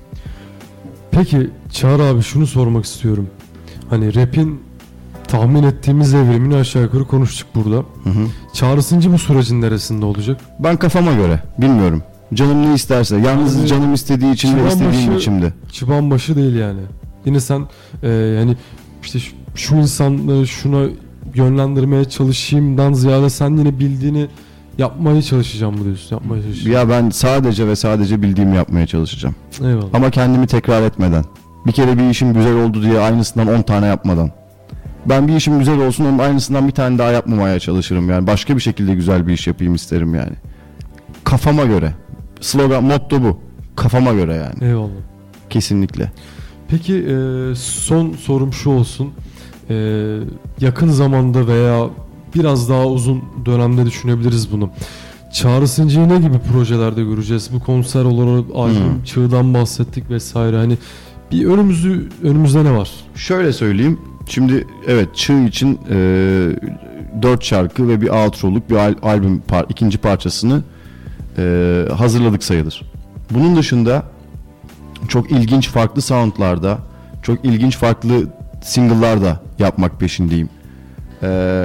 Peki Çağrı abi şunu sormak istiyorum. Hani rap'in tahmin ettiğimiz evrimini aşağı yukarı konuştuk burada. Hı hı. Çağrı Sıncı bu sürecin neresinde olacak? Ben kafama göre bilmiyorum. Canım ne isterse. Yalnız Yani canım istediği için ve çıban istediğim başı- biçimde. Çıban başı değil yani. Yine sen e, yani işte şu, şu insanları şuna yönlendirmeye çalışayımdan ziyade sen yine bildiğini yapmaya çalışacağım mı diyorsun? Yapmaya çalışacağım. Ya ben sadece ve sadece bildiğimi yapmaya çalışacağım. Eyvallah. Ama kendimi tekrar etmeden. Bir kere bir işim güzel oldu diye aynısından on tane yapmadan. Ben bir işim güzel olsun, onun aynısından bir tane daha yapmamaya çalışırım yani. Başka bir şekilde güzel bir iş yapayım isterim yani. Kafama göre. Slogan, motto bu. Kafama göre yani. Eyvallah. Kesinlikle. Peki e, son sorum şu olsun. E, yakın zamanda veya biraz daha uzun dönemde düşünebiliriz bunu. Çağrı Sıncı'yı ne gibi projelerde göreceğiz? Bu konser olarak albüm, Hmm. çığdan bahsettik vesaire. Hani bir önümüzü önümüzde ne var? Şöyle söyleyeyim. Şimdi evet Çığ için e, dört şarkı ve bir outro'luk bir al- albüm par- ikinci parçasını e, hazırladık sayılır. Bunun dışında çok ilginç farklı soundlarda, çok ilginç farklı single'lar da yapmak peşindeyim. E,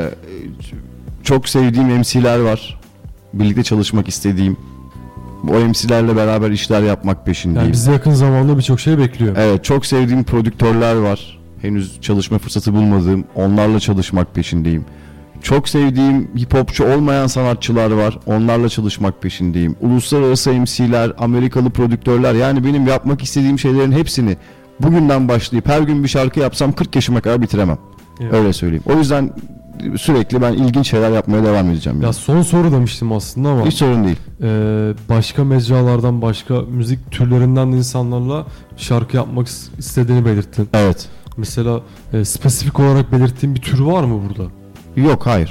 çok sevdiğim M C'ler var. Birlikte çalışmak istediğim. O M C'lerle beraber işler yapmak peşindeyim. Yani bizi yakın zamanda birçok şey bekliyor. Evet, çok sevdiğim prodüktörler var. Henüz çalışma fırsatı bulmadığım, onlarla çalışmak peşindeyim. Çok sevdiğim hip hopçu olmayan sanatçılar var. Onlarla çalışmak peşindeyim. Uluslararası M C'ler, Amerikalı prodüktörler, yani benim yapmak istediğim şeylerin hepsini bugünden başlayıp her gün bir şarkı yapsam kırk yaşıma kadar bitiremem. Evet. Öyle söyleyeyim. O yüzden sürekli ben ilginç şeyler yapmaya devam edeceğim. Ya Yani. son soru demiştim aslında ama Hiç sorun değil. e, başka mecralardan, başka müzik türlerinden de insanlarla şarkı yapmak is- istediğini belirttin. Evet. Mesela e, spesifik olarak belirttiğin bir tür var mı burada? Yok, hayır.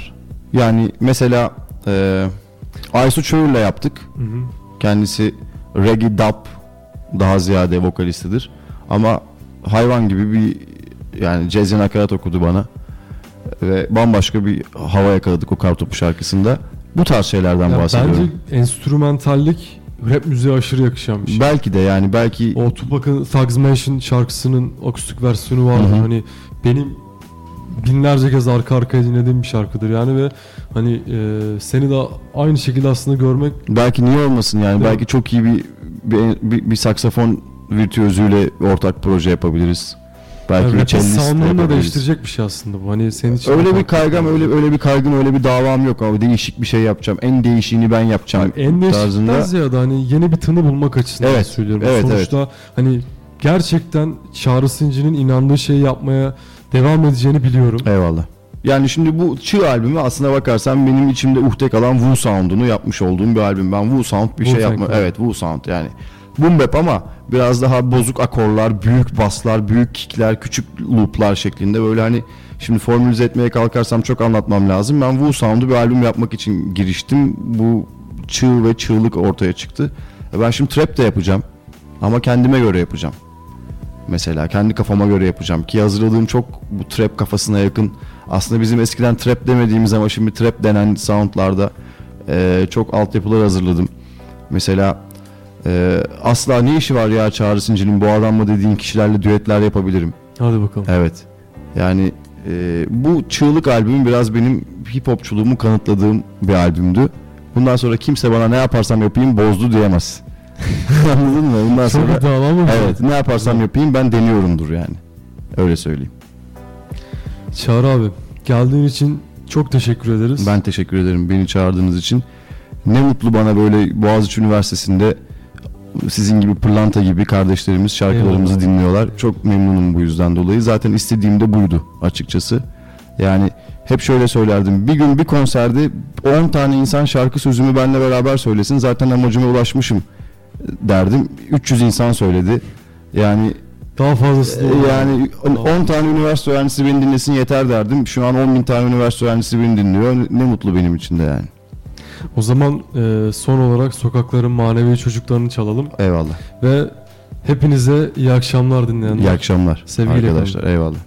Yani mesela e, Aysu Çöğür'le yaptık. Hı hı. Kendisi reggae dub daha ziyade vokalistidir. Ama hayvan gibi bir yani cazzy nakarat okudu bana. Ve bambaşka bir hava yakaladık o Kartopu şarkısında. Bu tarz şeylerden Ya bahsediyorum. bence enstrümantallik rap müziğe aşırı yakışan bir şey. Belki de yani belki O Tupac'ın Thugs Mansion şarkısının akustik versiyonu var. Hı hı. Hani benim binlerce kez arka arkaya dinlediğim bir şarkıdır yani ve hani e, seni de aynı şekilde aslında görmek belki niye olmasın yani Değil belki mi? çok iyi bir bir, bir, bir saksafon virtüözüyle ortak proje yapabiliriz. Belki yani bir rap'in cellist sound'unu da yapabiliriz. değiştirecek bir şey aslında bu. Hani senin için Öyle bir farklı kaygım, şey. öyle öyle bir kaygım, öyle bir davam yok abi. Değişik bir şey yapacağım. En değişiğini ben yapacağım. Yani en tarzında. değişikten ziyade hani yeni bir tını bulmak açısından Evet, söylüyorum. evet, Sonuçta hani gerçekten Çağrı Sıncı'nın inandığı şeyi yapmaya devam edeceğini biliyorum. Eyvallah. Yani şimdi bu Çığ albümü aslına bakarsan benim içimde uhde kalan Wu Sound'unu yapmış olduğum bir albüm. Ben Wu Sound bir şey Wu-Tang yapma. mi? Evet, Wu Sound yani. Boom bap ama biraz daha bozuk akorlar, büyük baslar, büyük kickler, küçük looplar şeklinde böyle hani şimdi formülize etmeye kalkarsam çok anlatmam lazım. Ben Wu Sound'u bir albüm yapmak için giriştim. Bu çığ ve çığlık ortaya çıktı. Ben şimdi trap de yapacağım ama kendime göre yapacağım. Mesela kendi kafama göre yapacağım ki hazırladığım çok bu trap kafasına yakın. Aslında bizim eskiden trap demediğimiz ama şimdi trap denen soundlarda e, çok altyapılar hazırladım. Mesela e, asla ne işi var ya Çağrı Sıncı'nın bu adam mı dediğin kişilerle düetler yapabilirim. Hadi bakalım. Evet. Yani e, bu çığlık albümü biraz benim hip hopçuluğumu kanıtladığım bir albümdü. Bundan sonra kimse bana ne yaparsam yapayım bozdu diyemez. Anladın mı? Bundan Çok sonra iddialı ama evet ne yaparsam yapayım ben deniyorumdur yani. Öyle söyleyeyim. Çağrı abi geldiğin için çok teşekkür ederiz. Ben teşekkür ederim beni çağırdığınız için. Ne mutlu bana böyle Boğaziçi Üniversitesi'nde sizin gibi pırlanta gibi kardeşlerimiz şarkılarımızı Eyvallah. dinliyorlar. Çok memnunum bu yüzden dolayı. Zaten istediğim de buydu açıkçası. Yani hep şöyle söylerdim. Bir gün bir konserde on tane insan şarkı sözümü benimle beraber söylesin. Zaten amacıma ulaşmışım derdim. üç yüz insan söyledi. Yani Daha fazlası da olur. Ee, yani on tane üniversite öğrencisi beni dinlesin yeter derdim. Şu an on bin tane üniversite öğrencisi beni dinliyor. Ne mutlu benim için de yani. O zaman e, son olarak sokakların manevi çocuklarını çalalım. Eyvallah. Ve hepinize iyi akşamlar dinleyenler. İyi akşamlar Sevgiyle arkadaşlar. kalın. Eyvallah.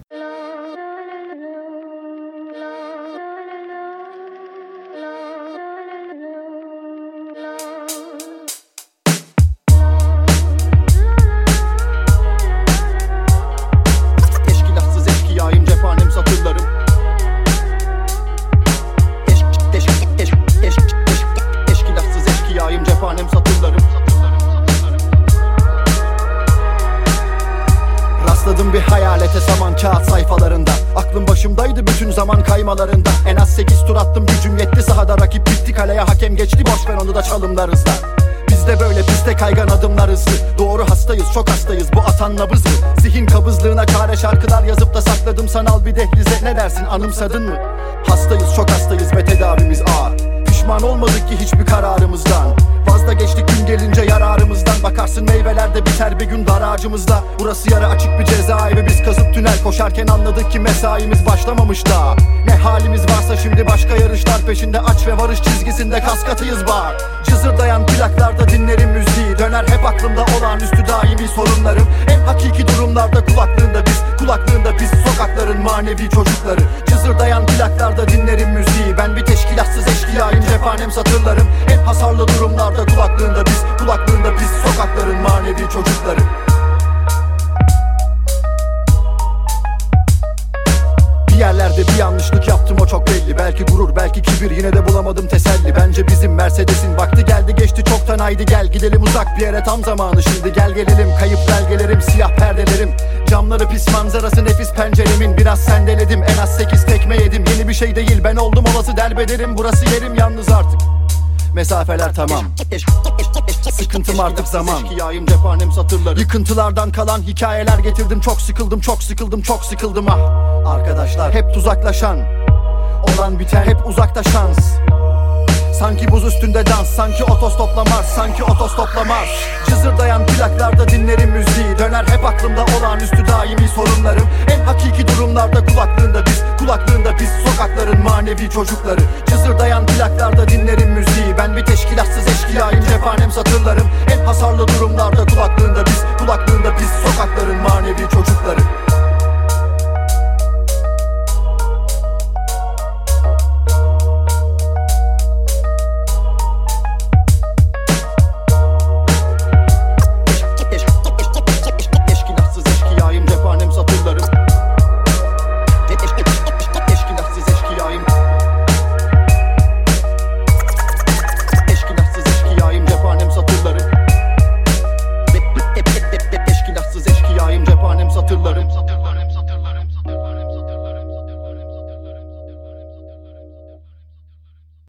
Teşkilatsız eşkıyayım cephanem satırlarım. Teş, teş, teş, teş, teş, teşkilatsız eşkıyayım cephanem satırlarım. Rastladım bir hayalete saman kağıt sayfalarında. Aklım başımdaydı bütün zaman kaymalarında. En az sekiz tur attım gücüm yetti sahada. Rakip bitti kaleye hakem geçti boş ver onu da çalımlar hızla. Biz de böyle piste kaygan adımlar hızlı. Doğru hastayız çok hastayız bu atan nabız mı? Zihin kabızlığına çare şarkılar yazıp da sakladım sanal bir dehlize. Ne dersin anımsadın mı? Hastayız çok hastayız ve tedavimiz ağır. Pişman olmadık ki hiçbir kararımızdan. Vazda geçtik gün gelince yararımızdan. Bakarsın meyvelerde biter bir gün dar ağacımızda. Burası yarı açık bir cezaevi. Biz kazıp tünel koşarken anladık ki mesaimiz başlamamış daha. Ne halimiz varsa şimdi başka yarışlar peşinde. Aç ve varış çizgisinde kaskatıyız bağır. Cızırdayan plaklarda dinlerim müziği. Döner hep aklımda olağanüstü daimi sorunlarım. En hakiki durumlarda kulaklığında biz. Kulaklığında biz sokakların manevi çocukları. Cızırdayan plaklarda dinlerim müziği. Ben bir teşkilatsız eşkıyayım cephanem satırlarım. En hasarlı durumlarda kulaklığında biz. Kulaklığında biz sokakların manevi çocukları. Bir yerlerde bir yanlışlık yaptım o çok belli. Belki gurur belki kibir yine de bulamadım teselli. Bence bizim Mercedes'in vakti geldi geçti çoktan haydi gel gidelim uzak bir yere tam zamanı şimdi. Gel gelelim kayıp belgelerim siyah perdelerim. Camları pis manzarası nefis penceremin. Biraz sendeledim en az sekiz tekme yedim. Yeni bir şey değil ben oldum olası derbederim. Burası yerim yalnız artık. Mesafeler tamam. Sıkıntım artık zaman. Yıkıntılardan kalan hikayeler getirdim. Çok sıkıldım çok sıkıldım çok sıkıldım ah. Arkadaşlar hep tuzaklaşan. Olan biten hep uzakta şans. Sanki buz üstünde dans, sanki otostopla Mars, sanki otostopla Mars. Cızırdayan plaklarda dinlerim müziği, döner hep aklımda olağanüstü daimi sorunlarım. En hakiki durumlarda kulaklığında biz, kulaklığında biz, sokakların manevi çocukları. Cızırdayan plaklarda dinlerim müziği, ben bir teşkilatsız eşkıyayım, cephanem satırlarım.